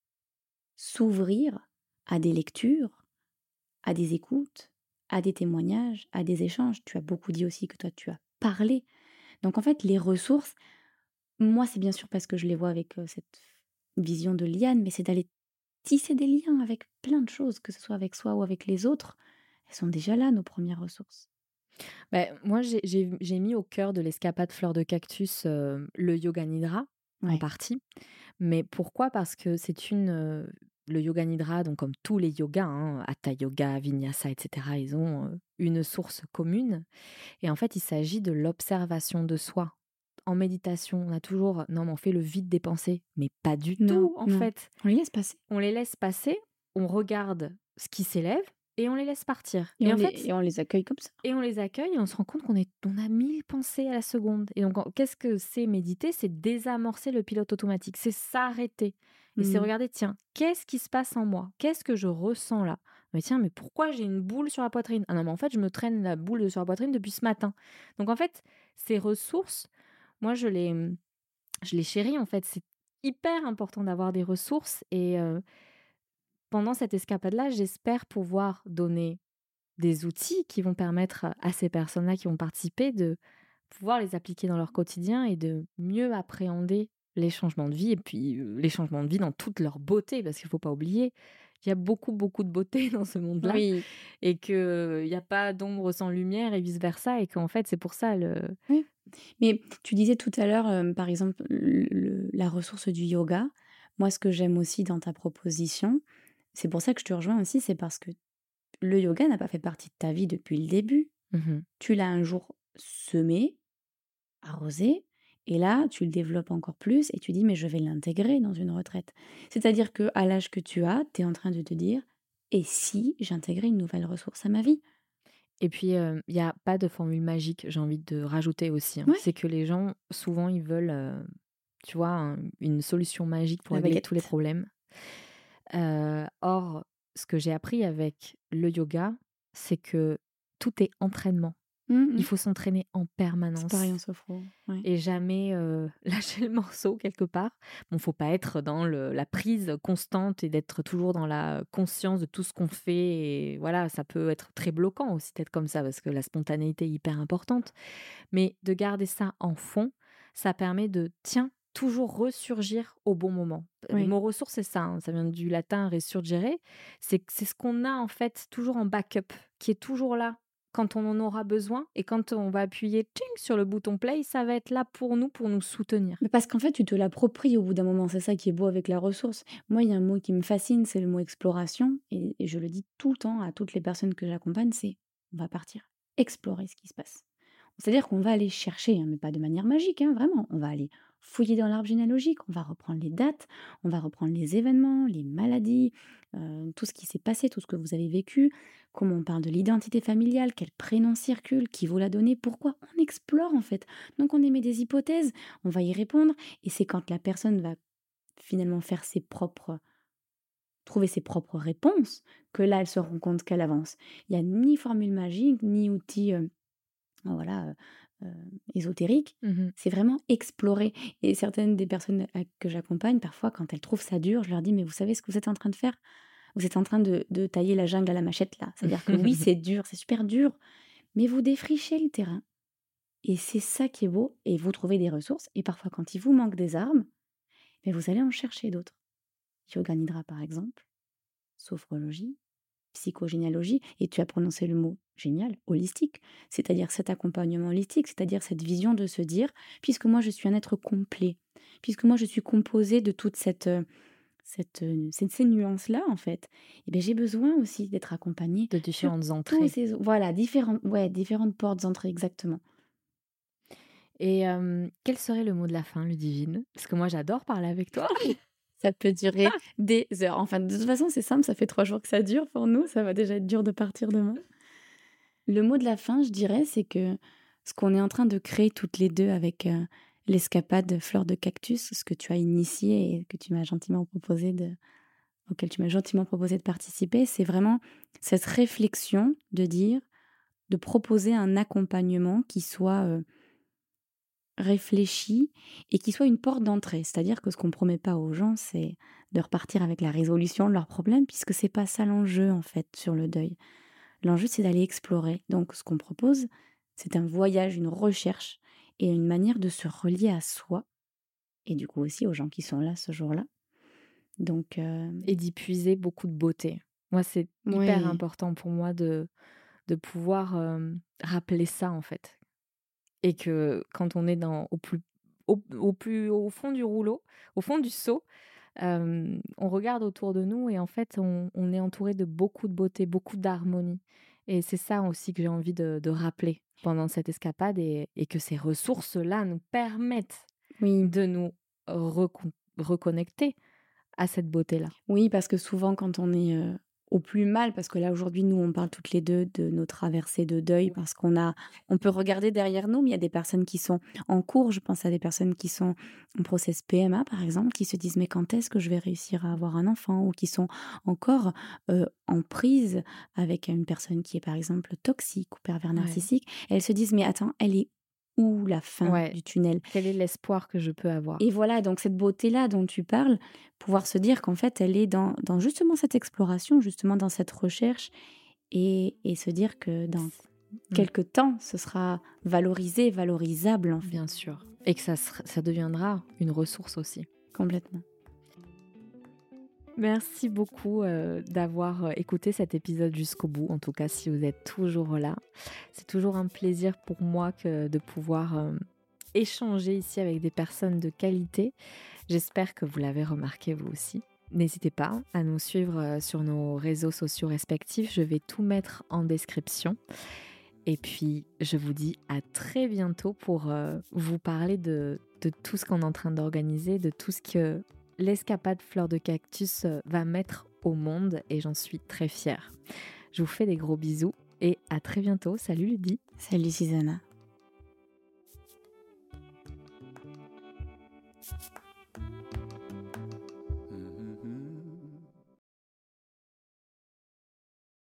s'ouvrir à des lectures, à des écoutes, à des témoignages, à des échanges. Tu as beaucoup dit aussi que toi, tu as parlé. Donc en fait, les ressources, moi, c'est bien sûr parce que je les vois avec, heu, cette vision de liane, mais c'est d'aller tisser des liens avec plein de choses, que ce soit avec soi ou avec les autres. Elles sont déjà là, nos premières ressources. Beh, moi, j'ai j'ai j'ai mis au cœur de l'escapade fleur de cactus, heu, le yoga nidra, en Ouais. partie. Mais pourquoi? Parce que c'est une, heu, le yoga nidra, donc comme tous les yogas, hein, hatha yoga, vinyasa et cetera, ils ont, heu, une source commune et en fait, il s'agit de l'observation de soi. En méditation, on a toujours: «Non, mais on fait le vide des pensées», mais pas du Non, tout, en non. fait. On les laisse passer On les laisse passer, on regarde ce qui s'élève et on les laisse partir et et on en les fait et on les accueille comme ça. et on les accueille et on se rend compte qu'on est on a mille pensées à la seconde et donc en qu'est-ce que c'est méditer? C'est désamorcer le pilote automatique, c'est s'arrêter et c'est Mmh. regarder: «Tiens, qu'est-ce qui se passe en moi? Qu'est-ce que je ressens là? Mais tiens, mais pourquoi j'ai une boule sur la poitrine? Ah non, mais en fait, je me traîne la boule sur la poitrine depuis ce matin». Donc en fait, ces ressources, moi je les, mmh, je les chéris en fait. C'est hyper important d'avoir des ressources et heu, pendant cette escapade-là, j'espère pouvoir donner des outils qui vont permettre à ces personnes-là qui vont participer de pouvoir les appliquer dans leur quotidien et de mieux appréhender les changements de vie et puis, heu, les changements de vie dans toute leur beauté. Parce qu'il faut pas oublier, il y a beaucoup, beaucoup de beauté dans ce monde-là Oui, et qu'il y a pas d'ombre sans lumière et vice versa et qu'en fait, c'est pour ça le oui. Mais tu disais tout à l'heure, hem, par exemple, le le la ressource du yoga. Moi, ce que j'aime aussi dans ta proposition, c'est pour ça que je te rejoins aussi, c'est parce que le yoga n'a pas fait partie de ta vie depuis le début. mmh Tu l'as un jour semé, arrosé et là, tu le développes encore plus et tu dis: «Mais je vais l'intégrer dans une retraite». C'est-à-dire que à l'âge que tu as, tu es en train de te dire: «Et si j'intégrais une nouvelle ressource à ma vie?» et puis, heu, il y a pas de formule magique, j'ai envie de rajouter aussi, hein. Ouais, C'est que les gens, souvent, ils veulent, heu, tu vois, un une solution magique pour la régler tous les baguette. problèmes. Heu, or, ce que j'ai appris avec le yoga, c'est que tout est entraînement. Mmh Il mh. faut s'entraîner en C'est pareil permanence en sophro, ouais. et jamais, heu, lâcher le morceau quelque part. Bon, faut pas être dans le la prise constante et d'être toujours dans la conscience de tout ce qu'on fait et voilà, ça peut être très bloquant aussi d'être comme ça parce que la spontanéité est hyper importante. Mais de garder ça en fond, ça permet de, tiens, toujours ressurgir au bon moment. Le Oui. mot ressource, c'est ça, hein, ça vient du latin resurgere. C'est que c'est ce qu'on a en fait toujours en backup, qui est toujours là quand on en aura besoin et quand on va appuyer tching sur le bouton play, ça va être là pour nous, pour nous soutenir. Mais parce qu'en fait, tu te l'appropries au bout d'un moment, c'est ça qui est beau avec la ressource. Moi, il y a un mot qui me fascine, c'est le mot exploration et et je le dis tout le temps à toutes les personnes que j'accompagne, c'est: «On va partir explorer ce qui se passe». C'est-à-dire qu'on va aller chercher, hein, mais pas de manière magique, hein, vraiment. On va aller fouiller dans l'arbre généalogique, on va reprendre les dates, on va reprendre les événements, les maladies, heu, tout ce qui s'est passé, tout ce que vous avez vécu, comment on parle de l'identité familiale, quel prénom circule, qui vous l'a donné, pourquoi. On explore en fait. Donc on émet des hypothèses, on va y répondre et c'est quand la personne va finalement faire ses propres trouver ses propres réponses que là, elle se rend compte qu'elle avance. Il y a ni formule magique, ni outil, heu voilà, heu heu, ésotérique, Mmh. c'est vraiment explorer et certaines des personnes à que j'accompagne, parfois, quand elles trouvent ça dur, je leur dis: «Mais vous savez ce que vous êtes en train de faire? Vous êtes en train de de tailler la jungle à la machette, là. C'est-à-dire que oui, c'est dur, c'est super dur, mais vous défrichez le terrain et c'est ça qui est beau et vous trouvez des ressources et parfois, quand il vous manque des armes, beh, vous allez en chercher d'autres». Yoga Nidra, par exemple, sophrologie, psychogénéalogie et tu as prononcé le mot génial, holistique, c'est-à-dire cet accompagnement holistique, c'est-à-dire cette vision de se dire: «Puisque moi je suis un être complet, puisque moi je suis composé de toute cette, heu, cette, heu, ces ces nuances-là en fait, et beh, j'ai besoin aussi d'être accompagnée De sur différentes tous entrées. ces voilà différentes ouais, différentes portes d'entrée exactement». Et hem, quel serait le mot de la fin, Ludivine? Parce que moi, j'adore parler avec toi. Ça peut durer des heures. Enfin, de toute façon, c'est simple, ça fait trois jours que ça dure pour nous, ça va déjà être dur de partir demain. Le mot de la fin, je dirais, c'est que ce qu'on est en train de créer toutes les deux avec, heu, l'escapade fleur de cactus, ce que tu as initié et que tu m'as gentiment proposé de auquel tu m'as gentiment proposé de participer, c'est vraiment cette réflexion de dire de proposer un accompagnement qui soit, heu, réfléchi et qui soit une porte d'entrée. C'est-à-dire que ce qu'on promet pas aux gens, c'est de repartir avec la résolution de leurs problèmes puisque c'est pas ça l'enjeu, en fait, sur le deuil. L'enjeu, c'est d'aller explorer. Donc ce qu'on propose, c'est un voyage, une recherche et une manière de se relier à soi et du coup aussi aux gens qui sont là ce jour-là. Donc heu, Et d'y puiser beaucoup de beauté. Moi, c'est hyper ouais, important pour moi de de pouvoir, hem, rappeler ça, en fait. Et que quand on est dans au plus au au plus au fond du rouleau, au fond du seau, hem, on regarde autour de nous et en fait, on on est entouré de beaucoup de beauté, beaucoup d'harmonie et c'est ça aussi que j'ai envie de de rappeler pendant cette escapade et et que ces ressources-là nous permettent oui. de nous recon reconnecter à cette beauté-là. Oui, parce que souvent quand on est, heu, au plus mal, parce que là aujourd'hui nous on parle toutes les deux de nos traversées de deuil Oui. parce qu'on a on peut regarder derrière nous, mais il y a des personnes qui sont en cours. Je pense à des personnes qui sont en process P M A par exemple, qui se disent: «Mais quand est-ce que je vais réussir à avoir un enfant?» ou qui sont encore, heu, en prise avec une personne qui est par exemple toxique ou pervers Ouais. narcissique. Elles se disent: «Mais attends, elle est où la fin Ouais. du tunnel?» Quel est l'espoir que je peux Et avoir? voilà, donc cette beauté-là dont tu parles, pouvoir se dire qu'en fait, elle est dans dans justement cette exploration, justement dans cette recherche et et se dire que dans Ps mmh, quelque temps, ce sera valorisé, valorisable, en fait, bien sûr et que ça sera ça deviendra une ressource aussi. complètement. Merci beaucoup, heu, d'avoir, heu, écouté cet épisode jusqu'au bout, en tout cas si vous êtes toujours là. C'est toujours un plaisir pour moi que de pouvoir, hem, échanger ici avec des personnes de qualité. J'espère que vous l'avez remarqué vous aussi. N'hésitez pas à nous suivre, heu, sur nos réseaux sociaux respectifs, je vais tout mettre en description et puis je vous dis à très bientôt pour, heu, vous parler de de tout ce qu'on est en train d'organiser, de tout ce que l'escapade Fleur de Cactus, heu, va mettre au monde et j'en suis très fière. Je vous fais des gros bisous et à très bientôt. Salut Lydie. Salut Susanna.